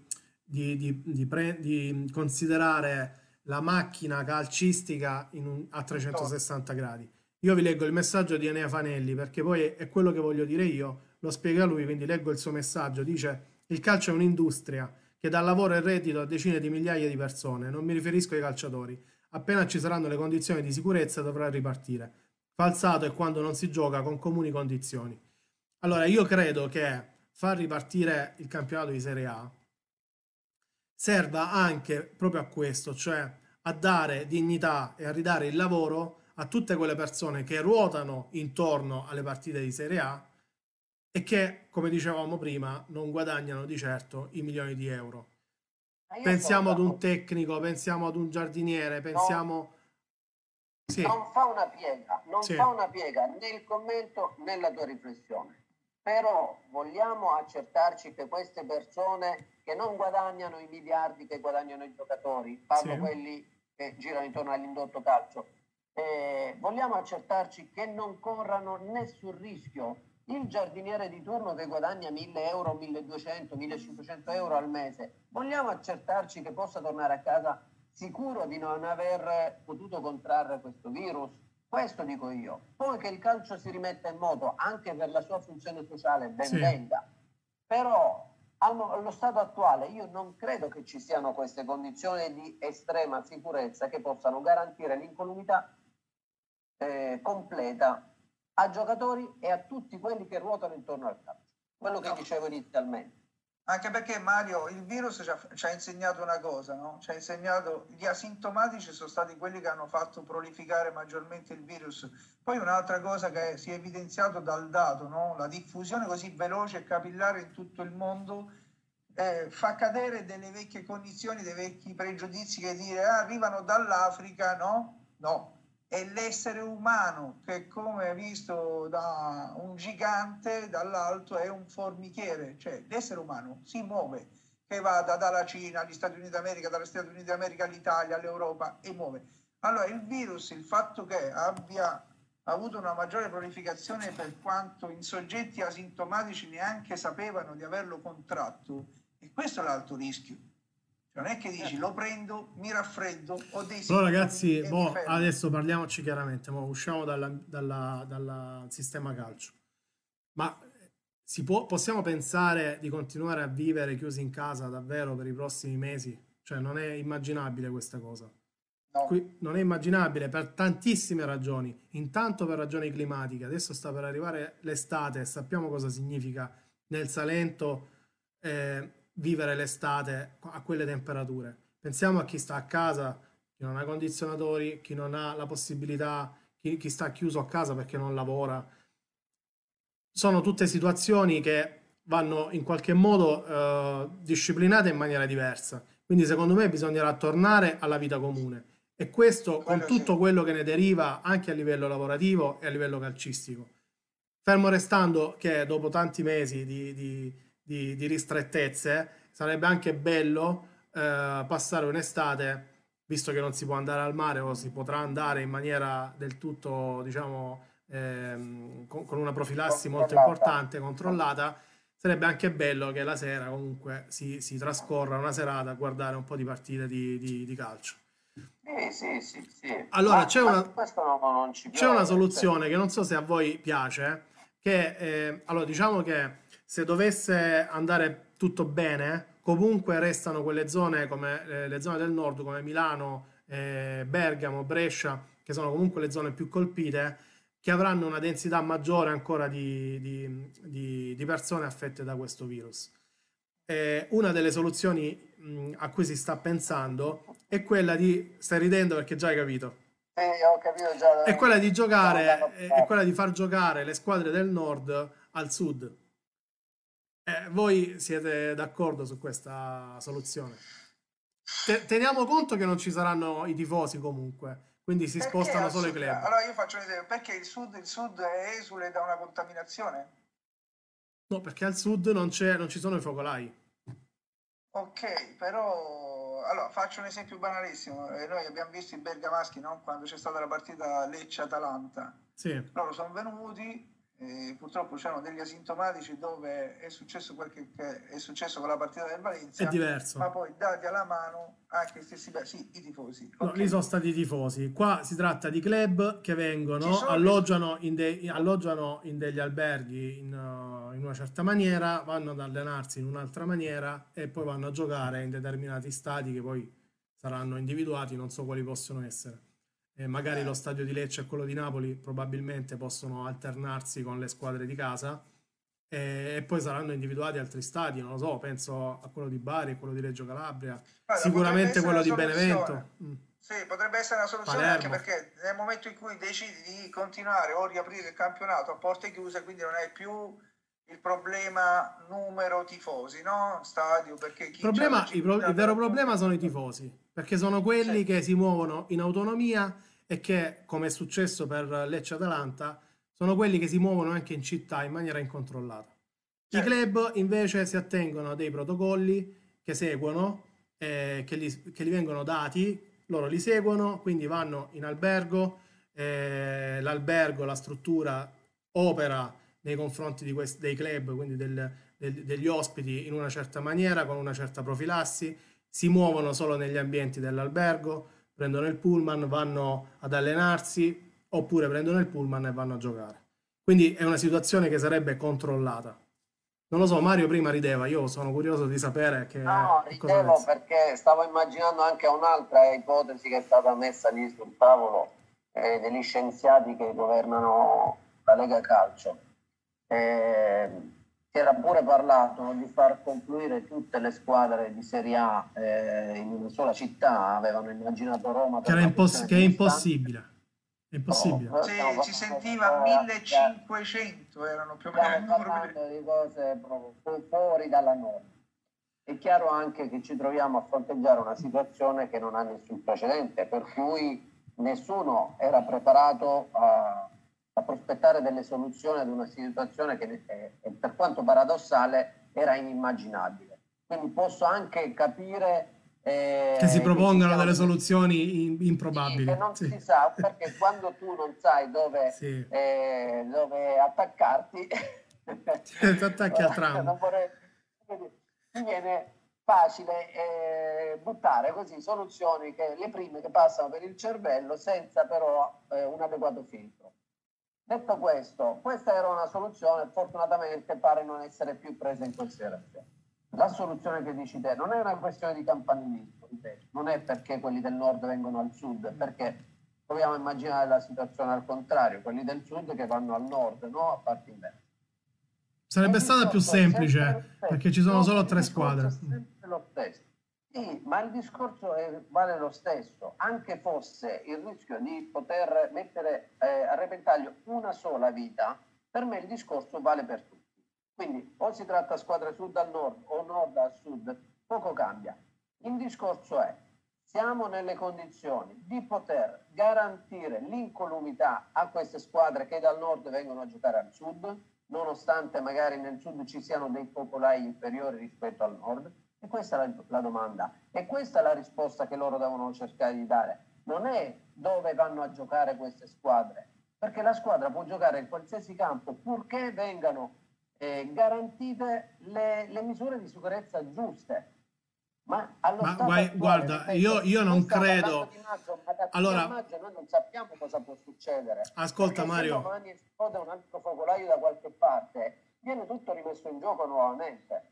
[SPEAKER 1] di considerare la macchina calcistica a 360 gradi. Io vi leggo il messaggio di Enea Fanelli perché poi è quello che voglio dire io, lo spiega lui, quindi leggo il suo messaggio. Dice: il calcio è un'industria che dà lavoro e reddito a decine di migliaia di persone. Non mi riferisco ai calciatori. Appena ci saranno le condizioni di sicurezza dovrà ripartire. Falsato è quando non si gioca con comuni condizioni. Allora, io credo che far ripartire il campionato di Serie A serva anche proprio a questo, cioè a dare dignità e a ridare il lavoro a tutte quelle persone che ruotano intorno alle partite di Serie A e che, come dicevamo prima, non guadagnano di certo i milioni di euro. Pensiamo ad un tecnico, pensiamo ad un giardiniere, pensiamo... Sì.
[SPEAKER 3] Non fa una piega, fa una piega né il commento né la tua riflessione. Però vogliamo accertarci che queste persone che non guadagnano i miliardi che guadagnano i giocatori, parlo quelli che girano intorno all'indotto calcio, vogliamo accertarci che non corrano nessun rischio. Il giardiniere di turno che guadagna 1.000 euro, 1.200, 1.500 euro al mese, vogliamo accertarci che possa tornare a casa sicuro di non aver potuto contrarre questo virus? Questo dico io. Poi che il calcio si rimetta in moto anche per la sua funzione sociale, ben venga. Però allo stato attuale io non credo che ci siano queste condizioni di estrema sicurezza che possano garantire l'incolumità completa a giocatori e a tutti quelli che ruotano intorno al calcio. Quello che dicevo inizialmente.
[SPEAKER 2] Anche perché Mario, il virus ci ha insegnato una cosa, no? Ci ha insegnato, gli asintomatici sono stati quelli che hanno fatto prolificare maggiormente il virus. Poi un'altra cosa che si è evidenziato dal dato, no? La diffusione così veloce e capillare in tutto il mondo fa cadere delle vecchie cognizioni, dei vecchi pregiudizi che dire arrivano dall'Africa, no? No. È l'essere umano che, come visto da un gigante dall'alto, è un formichiere, cioè l'essere umano si muove, che vada dalla Cina agli Stati Uniti d'America, dagli Stati Uniti d'America all'Italia, all'Europa, e muove. Allora il virus, il fatto che abbia avuto una maggiore prolificazione per quanto in soggetti asintomatici neanche sapevano di averlo contratto, e questo è l'alto rischio. Non è che dici lo prendo, mi raffreddo, ho dei
[SPEAKER 1] sintomi. Però ragazzi, adesso parliamoci chiaramente, usciamo dal sistema calcio. Ma possiamo pensare di continuare a vivere chiusi in casa davvero per i prossimi mesi? Cioè non è immaginabile questa cosa.
[SPEAKER 2] No.
[SPEAKER 1] Non è immaginabile per tantissime ragioni. Intanto per ragioni climatiche. Adesso sta per arrivare l'estate e sappiamo cosa significa nel Salento vivere l'estate a quelle temperature. Pensiamo a chi sta a casa, chi non ha condizionatori, chi non ha la possibilità, chi sta chiuso a casa perché non lavora. Sono tutte situazioni che vanno in qualche modo disciplinate in maniera diversa. Quindi secondo me bisognerà tornare alla vita comune. E questo con tutto quello che ne deriva anche a livello lavorativo e a livello calcistico. Fermo restando che dopo tanti mesi di ristrettezze sarebbe anche bello passare un'estate, visto che non si può andare al mare o si potrà andare in maniera del tutto, diciamo, con una profilassi molto importante, controllata. Sarebbe anche bello che la sera comunque si trascorra una serata a guardare un po' di partite di calcio.
[SPEAKER 3] Sì.
[SPEAKER 1] Allora c'è una soluzione che non so se a voi piace, che allora diciamo che se dovesse andare tutto bene, comunque restano quelle zone come le zone del nord, come Milano, Bergamo, Brescia, che sono comunque le zone più colpite, che avranno una densità maggiore ancora di persone affette da questo virus. Una delle soluzioni a cui si sta pensando è quella di... Stai ridendo perché già hai capito?
[SPEAKER 3] Ho capito già.
[SPEAKER 1] È quella di giocare, è quella di far giocare le squadre del nord al sud. Voi siete d'accordo su questa soluzione? Teniamo conto che non ci saranno i tifosi comunque, quindi si
[SPEAKER 2] Perché
[SPEAKER 1] spostano
[SPEAKER 2] al
[SPEAKER 1] solo i
[SPEAKER 2] sud,
[SPEAKER 1] club.
[SPEAKER 2] allora io faccio un esempio, perché il sud è esule da una contaminazione?
[SPEAKER 1] No, perché al sud non ci sono i focolai.
[SPEAKER 2] Ok, però allora faccio un esempio banalissimo. Noi abbiamo visto i bergamaschi, no? Quando c'è stata la partita Lecce-Atalanta.
[SPEAKER 1] Sì,
[SPEAKER 2] Loro sono venuti, purtroppo c'erano degli asintomatici dove è successo quel che è successo con la partita del
[SPEAKER 1] è
[SPEAKER 2] Valencia, ma
[SPEAKER 1] diverso.
[SPEAKER 2] poi dati alla mano anche i stessi, sì, i tifosi,
[SPEAKER 1] No, lì
[SPEAKER 2] ok.
[SPEAKER 1] sono stati i tifosi. Qua si tratta di club che
[SPEAKER 2] Ci
[SPEAKER 1] vengono,
[SPEAKER 2] sono dei...
[SPEAKER 1] alloggiano in degli alberghi in una certa maniera, vanno ad allenarsi in un'altra maniera e poi vanno a giocare in determinati stadi che poi saranno individuati, non so quali possono essere. E magari lo
[SPEAKER 2] eh,
[SPEAKER 1] stadio di Lecce e quello di Napoli probabilmente possono alternarsi con le squadre di casa e poi saranno individuati altri stadi, non lo so, penso a quello di Bari, a quello di Reggio Calabria,
[SPEAKER 2] Guarda, potrebbe
[SPEAKER 1] sicuramente
[SPEAKER 2] essere
[SPEAKER 1] quello
[SPEAKER 2] una
[SPEAKER 1] di
[SPEAKER 2] soluzione.
[SPEAKER 1] Benevento,
[SPEAKER 2] Sì, potrebbe essere una soluzione anche
[SPEAKER 1] Palermo.
[SPEAKER 2] perché nel momento in cui decidi di continuare o riaprire il campionato a porte chiuse, quindi non hai più il problema numero tifosi, no? Stadio, perché chi ha la
[SPEAKER 1] Il
[SPEAKER 2] città da
[SPEAKER 1] vero problema
[SPEAKER 2] raggiungere...
[SPEAKER 1] sono i tifosi, perché sono
[SPEAKER 2] Sì,
[SPEAKER 1] quelli che si muovono in autonomia e che, come è successo per Lecce-Atalanta, sono quelli che si muovono anche in città in maniera incontrollata. I
[SPEAKER 2] certo.
[SPEAKER 1] club invece si attengono a dei protocolli che seguono, che gli vengono dati, loro li seguono, quindi vanno in albergo, l'albergo, la struttura opera nei confronti dei club, quindi degli ospiti in una certa maniera, con una certa profilassi, si muovono solo negli ambienti dell'albergo, prendono il pullman, vanno ad allenarsi oppure prendono il pullman e vanno a giocare. Quindi è una situazione che sarebbe controllata. Non lo so, Mario prima rideva, io sono curioso di sapere
[SPEAKER 3] No,
[SPEAKER 1] che cosa
[SPEAKER 3] ridevo
[SPEAKER 1] pensi.
[SPEAKER 3] perché stavo immaginando anche un'altra ipotesi che è stata messa lì sul tavolo degli scienziati che governano la Lega Calcio. Eh, si era pure parlato di far confluire tutte le squadre di Serie A in una sola città, avevano immaginato Roma per una questione
[SPEAKER 1] Che è
[SPEAKER 3] di distanza.
[SPEAKER 1] impossibile. È
[SPEAKER 3] No,
[SPEAKER 1] impossibile.
[SPEAKER 3] noi stiamo
[SPEAKER 2] Sì, si
[SPEAKER 3] parlando di
[SPEAKER 2] sentiva
[SPEAKER 3] cose
[SPEAKER 2] 1500, erano più o meno il
[SPEAKER 3] stiamo
[SPEAKER 2] numero.
[SPEAKER 3] parlando di cose proprio fuori dalla norma. È chiaro anche che ci troviamo a fronteggiare una situazione che non ha nessun precedente, per cui nessuno era preparato a prospettare delle soluzioni ad una situazione che, per quanto paradossale, era inimmaginabile. Quindi posso anche capire
[SPEAKER 1] Che si
[SPEAKER 3] che ci
[SPEAKER 1] propongano
[SPEAKER 3] siano
[SPEAKER 1] delle
[SPEAKER 3] delle
[SPEAKER 1] soluzioni
[SPEAKER 3] sì, che
[SPEAKER 1] improbabili.
[SPEAKER 3] non
[SPEAKER 1] Sì,
[SPEAKER 3] si sa, perché quando tu non sai
[SPEAKER 1] sì.
[SPEAKER 3] dove attaccarti,
[SPEAKER 1] Ti attacchi al tram.
[SPEAKER 3] non vorrei, ti viene facile buttare così soluzioni che le prime che passano per il cervello senza però un adeguato filtro. Detto questo, questa era una soluzione, fortunatamente pare non essere più presa in considerazione. La soluzione che dici te non è una questione di campanilismo, ripeto, non è perché quelli del nord vengono al sud, perché proviamo a immaginare la situazione al contrario, quelli del sud che vanno al nord, no? A parti inverse. Il
[SPEAKER 1] Sarebbe stata più
[SPEAKER 3] discorso è sempre lo
[SPEAKER 1] semplice
[SPEAKER 3] stesso,
[SPEAKER 1] perché ci sono
[SPEAKER 3] no,
[SPEAKER 1] solo
[SPEAKER 3] il
[SPEAKER 1] tre
[SPEAKER 3] discorso è
[SPEAKER 1] squadre.
[SPEAKER 3] sempre lo stesso. Sì, ma il discorso vale lo stesso, anche fosse il rischio di poter mettere a repentaglio una sola vita, per me il discorso vale per tutti. Quindi o si tratta squadre sud al nord o nord al sud, poco cambia. Il discorso è, siamo nelle condizioni di poter garantire l'incolumità a queste squadre che dal nord vengono a giocare al sud, nonostante magari nel sud ci siano dei popolai inferiori rispetto al nord? E questa è la domanda. E questa è la risposta che loro devono cercare di dare. Non è dove vanno a giocare queste squadre, perché la squadra può giocare in qualsiasi campo purché vengano garantite le misure di sicurezza giuste. Ma allo
[SPEAKER 1] Ma
[SPEAKER 3] stato attuale,
[SPEAKER 1] guarda,
[SPEAKER 3] ripeto,
[SPEAKER 1] io
[SPEAKER 3] noi
[SPEAKER 1] non
[SPEAKER 3] stiamo parlando
[SPEAKER 1] credo.
[SPEAKER 3] di maggio, ma da qui a
[SPEAKER 1] Allora,
[SPEAKER 3] maggio noi non sappiamo cosa può succedere.
[SPEAKER 1] ascolta
[SPEAKER 3] Perché se
[SPEAKER 1] Mario.
[SPEAKER 3] domani esplode un altro focolaio da qualche parte, viene tutto rimesso in gioco nuovamente.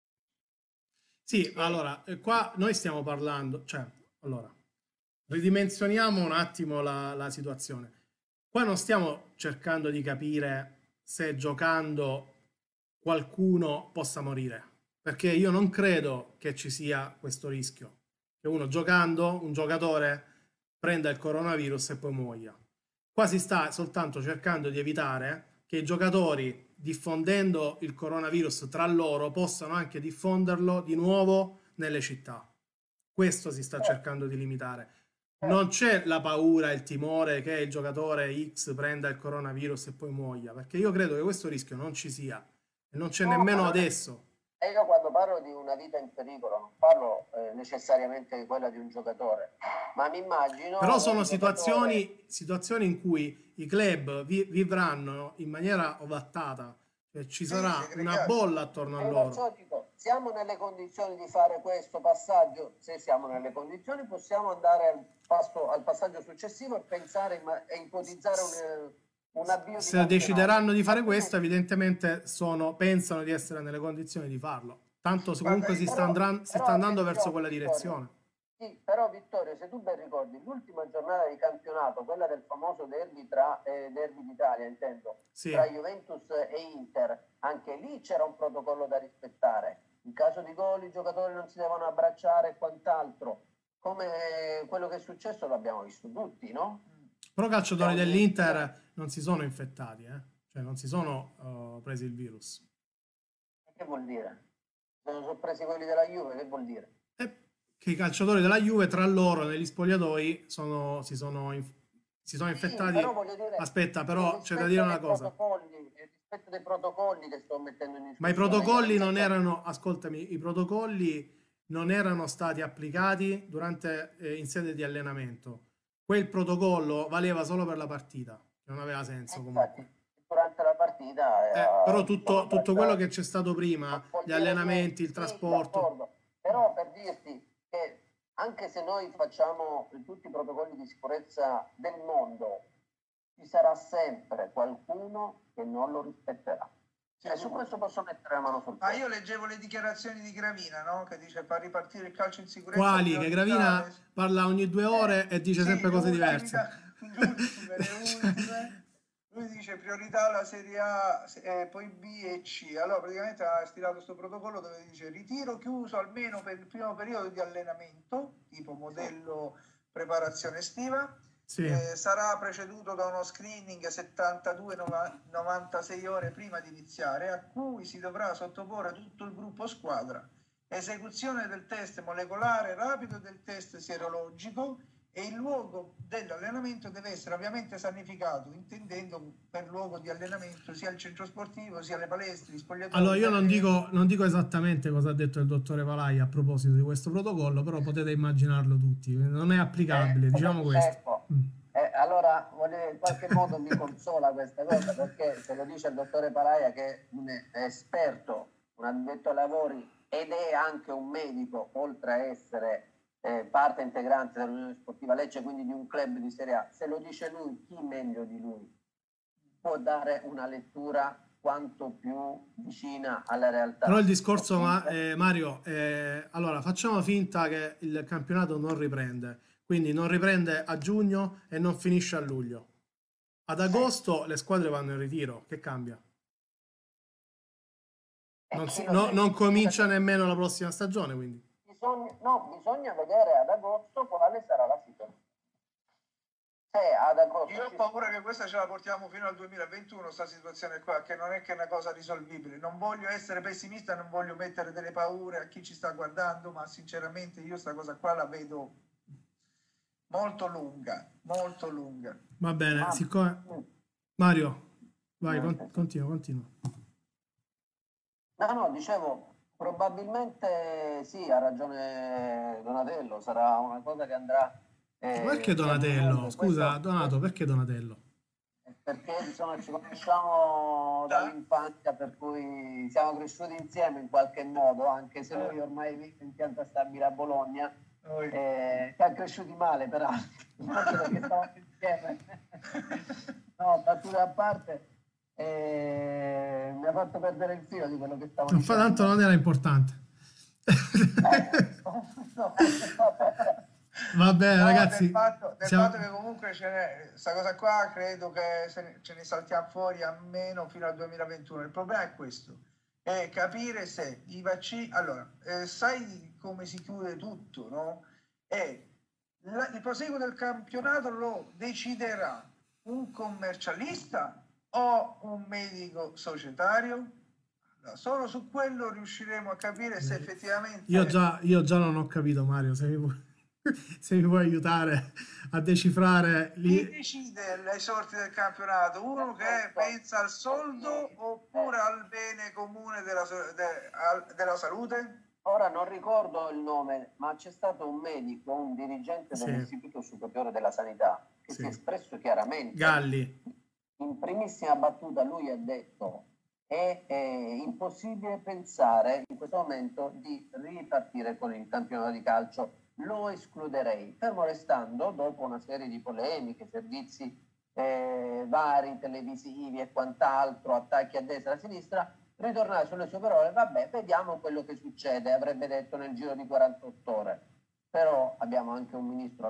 [SPEAKER 1] Sì, allora, qua noi stiamo parlando, cioè, allora, ridimensioniamo un attimo la situazione. Qua non stiamo cercando di capire se giocando qualcuno possa morire, perché io non credo che ci sia questo rischio, che uno giocando, un giocatore prenda il coronavirus e poi muoia. Qua si sta soltanto cercando di evitare che i giocatori, diffondendo il coronavirus tra loro, possano anche diffonderlo di nuovo nelle città. Questo si sta cercando di limitare. non c'è la paura, il timore che il giocatore X prenda il coronavirus e poi muoia, perché io credo che questo rischio non ci sia e non c'è
[SPEAKER 3] No, ma
[SPEAKER 1] nemmeno
[SPEAKER 3] non è...
[SPEAKER 1] adesso.
[SPEAKER 3] E io quando parlo di una vita in pericolo non parlo necessariamente di quella di un giocatore, ma mi
[SPEAKER 1] Però
[SPEAKER 3] immagino
[SPEAKER 1] sono
[SPEAKER 3] un giocatore...
[SPEAKER 1] situazioni in cui i club vivranno in maniera ovattata, cioè ci
[SPEAKER 2] Sì,
[SPEAKER 1] sarà una
[SPEAKER 2] segregati.
[SPEAKER 1] bolla attorno a
[SPEAKER 3] E
[SPEAKER 1] loro.
[SPEAKER 3] perciò dico, siamo nelle condizioni di fare questo passaggio? Se siamo nelle condizioni possiamo andare al passaggio successivo e pensare e ipotizzare un avvio di
[SPEAKER 1] Se
[SPEAKER 3] campionato.
[SPEAKER 1] decideranno di fare questo,
[SPEAKER 3] Altrimenti,
[SPEAKER 1] evidentemente pensano di essere nelle condizioni di farlo. Tanto
[SPEAKER 2] Guarda,
[SPEAKER 1] comunque si sta
[SPEAKER 3] però
[SPEAKER 1] andando verso
[SPEAKER 3] attenzione
[SPEAKER 1] quella
[SPEAKER 3] Vittorio,
[SPEAKER 1] direzione.
[SPEAKER 3] sì, però Vittorio, se tu ben ricordi, l'ultima giornata di campionato, quella del famoso derby derby d'Italia, intendo,
[SPEAKER 1] Sì.
[SPEAKER 3] tra Juventus e Inter, anche lì c'era un protocollo da rispettare. In caso di gol i giocatori non si devono abbracciare e quant'altro. Come quello che è successo l'abbiamo visto tutti, no?
[SPEAKER 1] Però i calciatori
[SPEAKER 3] Siamo dimenticati.
[SPEAKER 1] dell'Inter non si sono infettati, eh? Cioè non si sono presi il virus.
[SPEAKER 3] Che vuol dire? Sono sorpresi quelli della Juve, che vuol dire?
[SPEAKER 1] E che i calciatori della Juve tra loro negli spogliatoi si sono
[SPEAKER 3] Sì, però
[SPEAKER 1] infettati.
[SPEAKER 3] voglio dire,
[SPEAKER 1] Aspetta,
[SPEAKER 3] il
[SPEAKER 1] però c'è da dire
[SPEAKER 3] rispetto
[SPEAKER 1] una
[SPEAKER 3] dei
[SPEAKER 1] cosa.
[SPEAKER 3] protocolli, il rispetto dei protocolli che sto mettendo in
[SPEAKER 1] Ma i
[SPEAKER 3] discussione. Io
[SPEAKER 1] protocolli
[SPEAKER 3] non
[SPEAKER 1] non
[SPEAKER 3] vedo...
[SPEAKER 1] erano, ascoltami, i protocolli non erano stati applicati durante, in sede di allenamento. Quel protocollo valeva solo per la partita, che non aveva senso
[SPEAKER 3] Infatti,
[SPEAKER 1] comunque.
[SPEAKER 3] durante la partita
[SPEAKER 1] Però
[SPEAKER 3] si sono
[SPEAKER 1] tutto quello che
[SPEAKER 3] abbracciati.
[SPEAKER 1] c'è stato prima,
[SPEAKER 3] Non vuol
[SPEAKER 1] gli
[SPEAKER 3] dire
[SPEAKER 1] allenamenti,
[SPEAKER 3] niente,
[SPEAKER 1] il
[SPEAKER 3] sì,
[SPEAKER 1] trasporto,
[SPEAKER 3] d'accordo. Però per dirti che anche se noi facciamo tutti i protocolli di sicurezza del mondo, ci sarà sempre qualcuno che non lo rispetterà. E su questo posso mettere la mano sul
[SPEAKER 2] Ma
[SPEAKER 3] fuoco.
[SPEAKER 2] io leggevo le dichiarazioni di Gravina, no? Che dice far ripartire il calcio in sicurezza
[SPEAKER 1] quali che
[SPEAKER 2] priorità.
[SPEAKER 1] Gravina parla ogni 2 ore e dice
[SPEAKER 2] Sì,
[SPEAKER 1] sempre
[SPEAKER 2] le
[SPEAKER 1] cose diverse.
[SPEAKER 2] ultime, le ultime. Lui dice priorità alla Serie A, poi B e C. Allora praticamente ha stilato questo protocollo dove dice ritiro chiuso almeno per il primo periodo di allenamento, tipo modello preparazione estiva.
[SPEAKER 1] Sì.
[SPEAKER 2] Sarà preceduto da uno screening 72-96 ore prima di iniziare, a cui si dovrà sottoporre tutto il gruppo squadra. Esecuzione del test molecolare rapido e del test sierologico, e il luogo dell'allenamento deve essere ovviamente sanificato, intendendo per luogo di allenamento sia il centro sportivo, sia le palestre, gli spogliatoi.
[SPEAKER 1] Allora, io non dico esattamente cosa ha detto il dottore Valai a proposito di questo protocollo, però potete immaginarlo tutti. Non è applicabile, diciamo questo.
[SPEAKER 3] Ecco, allora in qualche modo mi consola questa cosa, perché se lo dice il dottore Paraia, che è un esperto, un addetto ai lavori ed è anche un medico, oltre a essere parte integrante dell'Unione Sportiva Lecce, quindi di un club di Serie A, se lo dice lui, chi meglio di lui può dare una lettura quanto più vicina alla realtà.
[SPEAKER 1] Però il discorso, Mario, allora facciamo finta che il campionato non riprende, quindi non riprende a giugno e non finisce a luglio. Ad agosto le squadre vanno in ritiro, che cambia? Non comincia nemmeno la prossima stagione, quindi.
[SPEAKER 3] Bisogna vedere ad agosto quale sarà la situazione. Ad agosto
[SPEAKER 2] io ho paura che questa ce la portiamo fino al 2021, questa situazione qua, che non è che è una cosa risolvibile. Non voglio essere pessimista, non voglio mettere delle paure a chi ci sta guardando, ma sinceramente io questa cosa qua la vedo molto lunga, molto lunga.
[SPEAKER 1] Va bene, siccome... Mario, vai, continua.
[SPEAKER 3] No, dicevo, probabilmente sì, ha ragione Donatello, sarà una cosa che andrà...
[SPEAKER 1] perché Donatello? Scusa, Donato, perché Donatello?
[SPEAKER 3] Perché insomma ci conosciamo dall'infanzia, per cui siamo cresciuti insieme in qualche modo, anche se lui ormai vive in pianta stabile a Bologna, siamo cresciuti male peraltro, perché stavamo insieme. No, battute a parte, mi ha fatto perdere il filo di quello che stavo dicendo.
[SPEAKER 1] Tanto non era importante. Va bene, ragazzi.
[SPEAKER 2] Del fatto che comunque questa cosa qua credo che ce ne saltiamo fuori almeno fino al 2021. Il problema è questo, è capire se i vaccini... Allora, sai come si chiude tutto, no? Il proseguo del campionato lo deciderà un commercialista o un medico societario? Solo su quello riusciremo a capire se effettivamente...
[SPEAKER 1] Io già non ho capito, Mario, Se mi puoi aiutare a decifrare
[SPEAKER 2] Chi
[SPEAKER 1] lì.
[SPEAKER 2] decide le sorti del campionato? Uno che pensa al soldo oppure al bene comune della salute?
[SPEAKER 3] Ora non ricordo il nome, ma c'è stato un medico, un dirigente
[SPEAKER 1] Sì,
[SPEAKER 3] dell'Istituto Superiore della Sanità, che si è
[SPEAKER 1] sì.
[SPEAKER 3] espresso chiaramente.
[SPEAKER 1] Galli.
[SPEAKER 3] In primissima battuta lui ha detto è impossibile pensare in questo momento di ripartire con il campionato di calcio, lo escluderei, fermo restando, dopo una serie di polemiche, servizi vari, televisivi e quant'altro, attacchi a destra e a sinistra, ritornare sulle sue parole, vabbè, vediamo quello che succede, avrebbe detto nel giro di 48 ore. Però abbiamo anche un ministro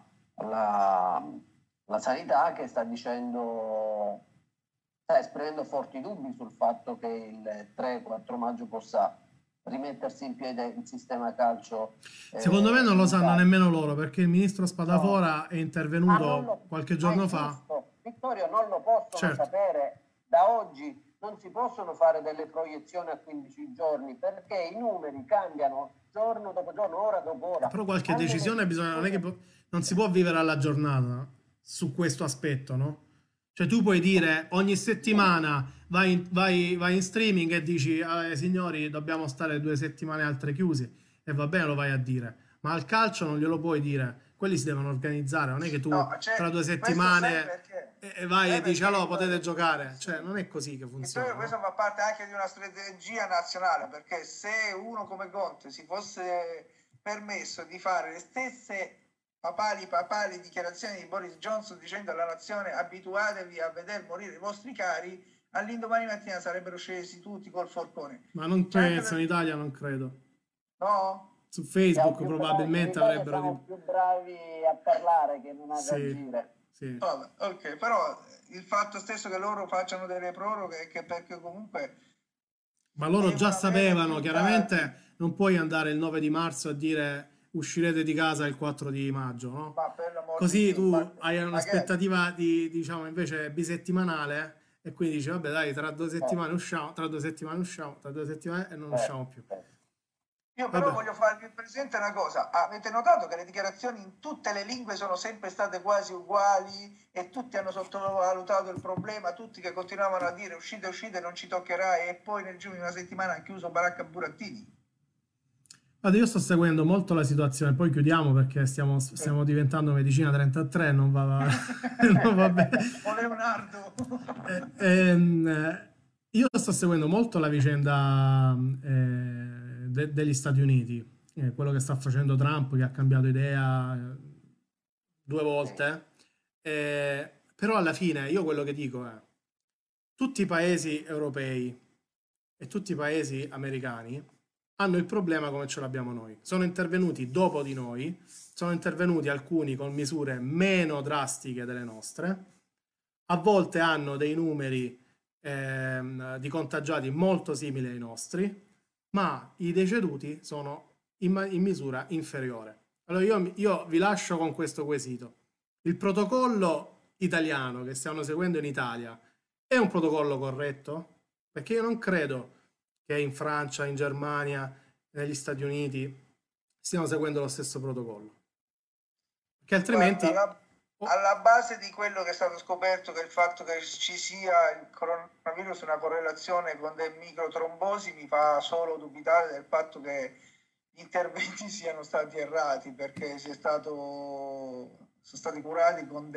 [SPEAKER 3] alla sanità che sta dicendo, sta esprimendo forti dubbi sul fatto che il 3-4 maggio possa rimettersi in piedi il sistema calcio
[SPEAKER 1] Secondo me non
[SPEAKER 3] in
[SPEAKER 1] lo sanno
[SPEAKER 3] Italia.
[SPEAKER 1] nemmeno loro perché il ministro
[SPEAKER 3] No,
[SPEAKER 1] Spadafora è
[SPEAKER 3] ma non
[SPEAKER 1] intervenuto
[SPEAKER 3] lo,
[SPEAKER 1] qualche
[SPEAKER 3] ma è
[SPEAKER 1] giorno fa.
[SPEAKER 3] giusto, Vittorio, non lo possono
[SPEAKER 1] Certo,
[SPEAKER 3] sapere da oggi, non si possono fare delle proiezioni a 15 giorni perché i numeri cambiano giorno dopo giorno, ora dopo ora.
[SPEAKER 1] però qualche
[SPEAKER 3] Alle
[SPEAKER 1] decisione bisogna, non è che
[SPEAKER 3] medizioni,
[SPEAKER 1] non si può vivere alla giornata su questo aspetto, no? Cioè tu puoi dire ogni settimana vai in streaming e dici signori dobbiamo stare 2 settimane altre chiusi e va bene lo vai a dire, ma al calcio non glielo puoi dire, quelli si devono organizzare, non è che tu
[SPEAKER 2] No,
[SPEAKER 1] tra
[SPEAKER 2] cioè,
[SPEAKER 1] due
[SPEAKER 2] questo sai
[SPEAKER 1] settimane
[SPEAKER 2] perché?
[SPEAKER 1] vai e
[SPEAKER 2] Sai
[SPEAKER 1] dici
[SPEAKER 2] perché,
[SPEAKER 1] allora potete
[SPEAKER 2] Vittorio?
[SPEAKER 1] giocare, cioè
[SPEAKER 2] Sì.
[SPEAKER 1] non è così che funziona,
[SPEAKER 2] Vittorio, questo
[SPEAKER 1] no?
[SPEAKER 2] fa parte anche di una strategia nazionale, perché se uno come Conte si fosse permesso di fare le stesse papali dichiarazioni di Boris Johnson dicendo alla nazione abituatevi a veder morire i vostri cari, all'indomani mattina sarebbero scesi tutti col forcone.
[SPEAKER 1] Ma non
[SPEAKER 2] C'è anche
[SPEAKER 1] penso,
[SPEAKER 2] da
[SPEAKER 1] in
[SPEAKER 2] dire,
[SPEAKER 1] Italia non credo.
[SPEAKER 2] no?
[SPEAKER 1] Su
[SPEAKER 3] siamo
[SPEAKER 1] Facebook
[SPEAKER 3] più bravi, in
[SPEAKER 1] probabilmente
[SPEAKER 3] Italia
[SPEAKER 1] avrebbero
[SPEAKER 3] siamo
[SPEAKER 1] di...
[SPEAKER 3] più bravi a parlare che non ad
[SPEAKER 1] Sì,
[SPEAKER 3] agire.
[SPEAKER 1] sì.
[SPEAKER 2] Vabbè, ok, però il fatto stesso che loro facciano delle proroghe è che perché comunque
[SPEAKER 1] Ma loro già
[SPEAKER 2] devono avere
[SPEAKER 1] sapevano,
[SPEAKER 2] più dati.
[SPEAKER 1] chiaramente non puoi andare il 9 di marzo a dire uscirete di casa il 4 di maggio, no?
[SPEAKER 2] Ma per l'amor di
[SPEAKER 1] Così
[SPEAKER 2] Dio,
[SPEAKER 1] tu hai
[SPEAKER 2] magari,
[SPEAKER 1] un'aspettativa di, diciamo, invece bisettimanale e quindi dici, vabbè, dai, tra due
[SPEAKER 3] Eh,
[SPEAKER 1] settimane usciamo, tra 2 settimane usciamo, tra 2 settimane e non usciamo più.
[SPEAKER 3] eh.
[SPEAKER 2] io però
[SPEAKER 1] Vabbè,
[SPEAKER 2] voglio farvi presente una cosa. Avete notato che le dichiarazioni in tutte le lingue sono sempre state quasi uguali e tutti hanno sottovalutato il problema, tutti che continuavano a dire uscite, uscite, non ci toccherà e poi nel giro di una settimana hanno chiuso Baracca Burattini.
[SPEAKER 1] guarda, io sto seguendo molto la situazione, poi chiudiamo perché stiamo diventando medicina 33, non va, non va bene.
[SPEAKER 2] O Leonardo.
[SPEAKER 1] Io sto seguendo molto la vicenda degli Stati Uniti, quello che sta facendo Trump, che ha cambiato idea 2 volte, però alla fine io quello che dico è, tutti i paesi europei e tutti i paesi americani hanno il problema come ce l'abbiamo noi. Sono intervenuti dopo di noi, sono intervenuti alcuni con misure meno drastiche delle nostre, a volte hanno dei numeri di contagiati molto simili ai nostri, ma i deceduti sono in misura inferiore. Allora io vi lascio con questo quesito. Il protocollo italiano che stiamo seguendo in Italia è un protocollo corretto? Perché io non credo che in Francia, in Germania, negli Stati Uniti stiano seguendo lo stesso protocollo. Perché
[SPEAKER 2] Guarda,
[SPEAKER 1] altrimenti... oh,
[SPEAKER 2] alla base di quello che è stato scoperto, che il fatto che ci sia il coronavirus una correlazione con delle microtrombosi, mi fa solo dubitare del fatto che gli interventi siano stati errati, perché sono stati curati con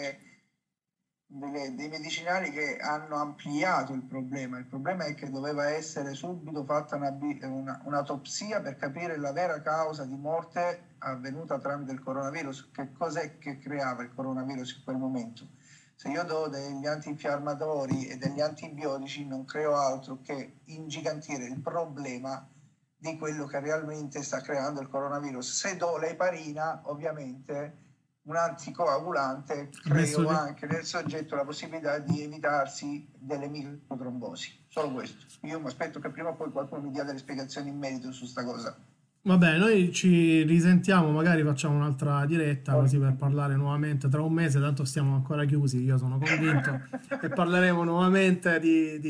[SPEAKER 2] dei medicinali che hanno ampliato il problema. Il problema è che doveva essere subito fatta un'autopsia per capire la vera causa di morte avvenuta tramite il coronavirus. Che cos'è che creava il coronavirus in quel momento? Se io do degli antinfiammatori e degli antibiotici non creo altro che ingigantire il problema di quello che realmente sta creando il coronavirus. Se do l'eparina, ovviamente un anticoagulante,
[SPEAKER 1] adesso
[SPEAKER 2] creo
[SPEAKER 1] che...
[SPEAKER 2] anche nel soggetto la possibilità di evitarsi delle microtrombosi. Solo questo. Io mi aspetto che prima o poi qualcuno mi dia delle spiegazioni in merito su sta cosa.
[SPEAKER 1] Vabbè, noi ci risentiamo, magari facciamo un'altra diretta così per
[SPEAKER 2] Volentieri.
[SPEAKER 1] parlare nuovamente tra un mese, tanto stiamo ancora chiusi, io sono convinto, e parleremo nuovamente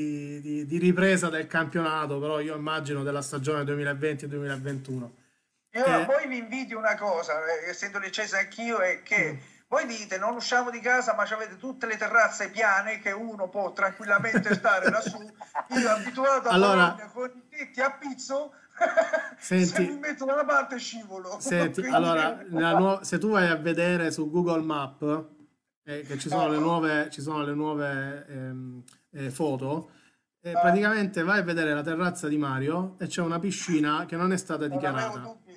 [SPEAKER 1] di ripresa del campionato, però io immagino della stagione 2020-2021.
[SPEAKER 2] E ora poi vi invito una cosa, essendo lecese anch'io, è che voi dite non usciamo di casa ma avete tutte le terrazze piane che uno può tranquillamente stare lassù. Io abituato a Bologna con i tetti a pizzo, se mi metto da una parte scivolo.
[SPEAKER 1] Senti,
[SPEAKER 2] Quindi...
[SPEAKER 1] allora, se tu vai a vedere su Google Map, che ci sono le nuove foto, praticamente vai a vedere la terrazza di Mario e c'è una piscina che non è stata
[SPEAKER 2] non avevo
[SPEAKER 1] dichiarata.
[SPEAKER 2] dubbi.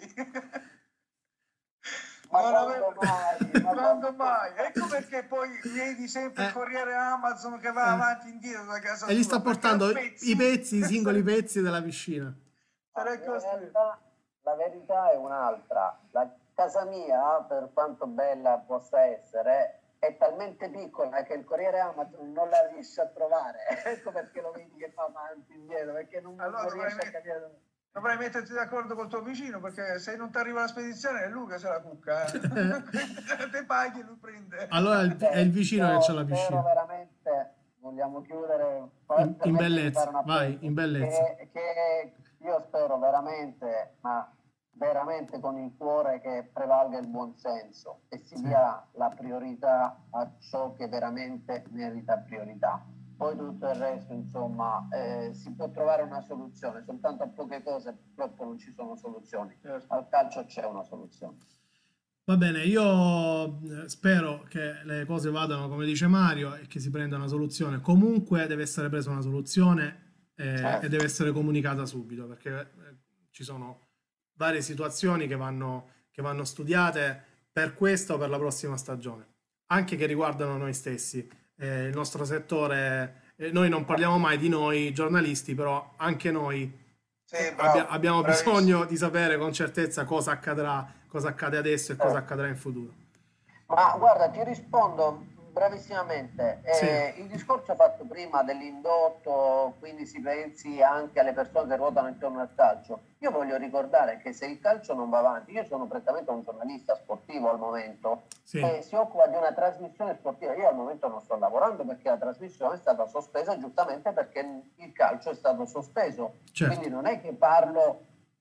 [SPEAKER 3] Ma
[SPEAKER 2] Non avevo...
[SPEAKER 3] mai?
[SPEAKER 2] Quando mai? Ecco perché poi vedi sempre il corriere Amazon che va avanti e indietro da casa
[SPEAKER 1] E gli
[SPEAKER 2] sua,
[SPEAKER 1] sta
[SPEAKER 2] perché a
[SPEAKER 1] portando
[SPEAKER 2] pezzi
[SPEAKER 1] i pezzi, i singoli pezzi della piscina.
[SPEAKER 2] sarei
[SPEAKER 3] In
[SPEAKER 2] costretto.
[SPEAKER 3] realtà la verità è un'altra. La casa mia, per quanto bella possa essere, è talmente piccola che il corriere Amazon non la riesce a trovare. Ecco perché lo vedi che fa avanti e indietro, perché non riesce a capire dove.
[SPEAKER 2] Dovrai metterti d'accordo col tuo vicino, perché se non ti arriva la spedizione è lui che se la cucca. Te paghi e lui prende.
[SPEAKER 1] Allora è il vicino che c'ha la
[SPEAKER 3] Spero
[SPEAKER 1] piscina.
[SPEAKER 3] veramente, vogliamo chiudere,
[SPEAKER 1] In
[SPEAKER 3] permettimi di
[SPEAKER 1] bellezza,
[SPEAKER 3] fare un
[SPEAKER 1] vai,
[SPEAKER 3] appello,
[SPEAKER 1] in bellezza.
[SPEAKER 3] che io spero veramente, ma veramente con il cuore, che prevalga il buonsenso e si dia la priorità a ciò che veramente merita priorità. Poi tutto il resto, insomma, si può trovare una soluzione, soltanto a poche cose purtroppo non ci sono soluzioni. Al calcio c'è una soluzione.
[SPEAKER 1] Va bene, io spero che le cose vadano come dice Mario e che si prenda una soluzione. Comunque deve essere presa una soluzione e deve essere comunicata subito perché ci sono varie situazioni che vanno studiate per questa o per la prossima stagione, anche che riguardano noi stessi, il nostro settore. Noi non parliamo mai di noi giornalisti, però anche noi
[SPEAKER 2] Sì, bravo,
[SPEAKER 1] abbiamo
[SPEAKER 2] bravissimo.
[SPEAKER 1] bisogno di sapere con certezza cosa accadrà, cosa accade adesso e cosa accadrà in futuro.
[SPEAKER 3] Ma guarda, ti rispondo bravissimamente.
[SPEAKER 1] Sì.
[SPEAKER 3] Il discorso fatto prima dell'indotto, quindi si pensi anche alle persone che ruotano intorno al calcio. Io voglio ricordare che se il calcio non va avanti, io sono prettamente un giornalista sportivo al momento,
[SPEAKER 1] Sì.
[SPEAKER 3] che si occupa di una trasmissione sportiva. Io al momento non sto lavorando perché la trasmissione è stata sospesa giustamente perché il calcio è stato sospeso.
[SPEAKER 1] Certo.
[SPEAKER 3] Quindi non è che parlo,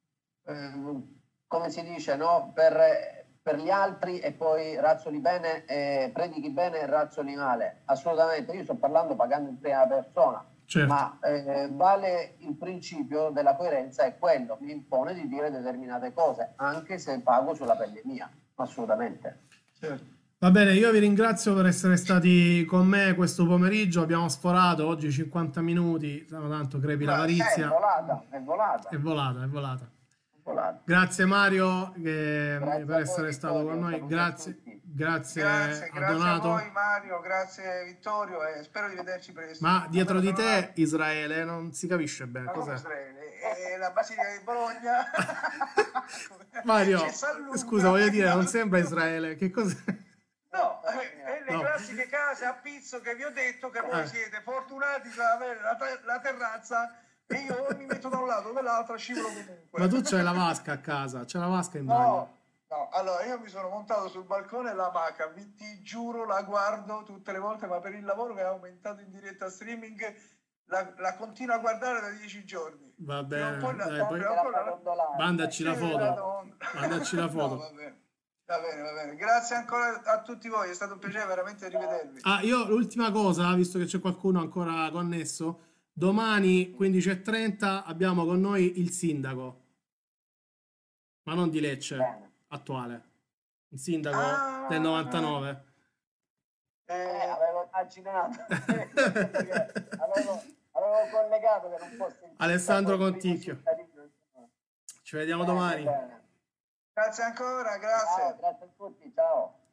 [SPEAKER 3] come si dice, no? Per gli altri e poi razzoli bene, predichi bene e razzoli male. Assolutamente, io sto parlando pagando in prima persona,
[SPEAKER 1] Certo.
[SPEAKER 3] ma vale il principio della coerenza, è quello, mi impone di dire determinate cose, anche se pago sulla pelle mia, assolutamente.
[SPEAKER 2] Certo.
[SPEAKER 1] Va bene, io vi ringrazio per essere stati con me questo pomeriggio, abbiamo sforato oggi 50 minuti, tanto crepi l'avarizia.
[SPEAKER 3] È volata, è volata.
[SPEAKER 1] È volata, è volata.
[SPEAKER 3] Volata.
[SPEAKER 1] Grazie Mario per
[SPEAKER 3] Grazie
[SPEAKER 1] essere stato con noi, grazie
[SPEAKER 2] Grazie
[SPEAKER 1] a Donato.
[SPEAKER 2] a voi Mario, grazie Vittorio e spero di vederci presto.
[SPEAKER 1] Ma dietro di te Israele non si capisce bene
[SPEAKER 2] Ma come
[SPEAKER 1] cos'è.
[SPEAKER 2] Israele? È la Basilica di Bologna.
[SPEAKER 1] Mario,
[SPEAKER 2] Ci s'allunga.
[SPEAKER 1] scusa, voglio dire, non sembra Israele, che cos'è?
[SPEAKER 2] No, è le classiche case a pizzo che vi ho detto che voi siete fortunati ad avere la terrazza e io mi metto da un lato o dall'altro, scivolo comunque.
[SPEAKER 1] Ma tu c'hai la vasca a casa, c'è la vasca in bagno.
[SPEAKER 2] No, allora io mi sono montato sul balcone e la maca, ti giuro, la guardo tutte le volte, ma per il lavoro che è aumentato in diretta streaming la continuo a guardare da 10 giorni.
[SPEAKER 1] Va bene, poi
[SPEAKER 3] mandaci
[SPEAKER 1] mandaci la foto. Mandaci la foto.
[SPEAKER 2] No, va bene. Va bene. Grazie ancora a tutti voi, è stato un piacere veramente rivedervi.
[SPEAKER 1] Io l'ultima cosa, visto che c'è qualcuno ancora connesso, domani 15:30 abbiamo con noi il sindaco, ma non di Lecce, attuale, il sindaco del 99.
[SPEAKER 3] Avevo immaginato, avevo collegato che non fosse
[SPEAKER 1] Alessandro Conticchio. Ci vediamo domani.
[SPEAKER 2] Grazie ancora, grazie.
[SPEAKER 3] Ciao, grazie a tutti, ciao.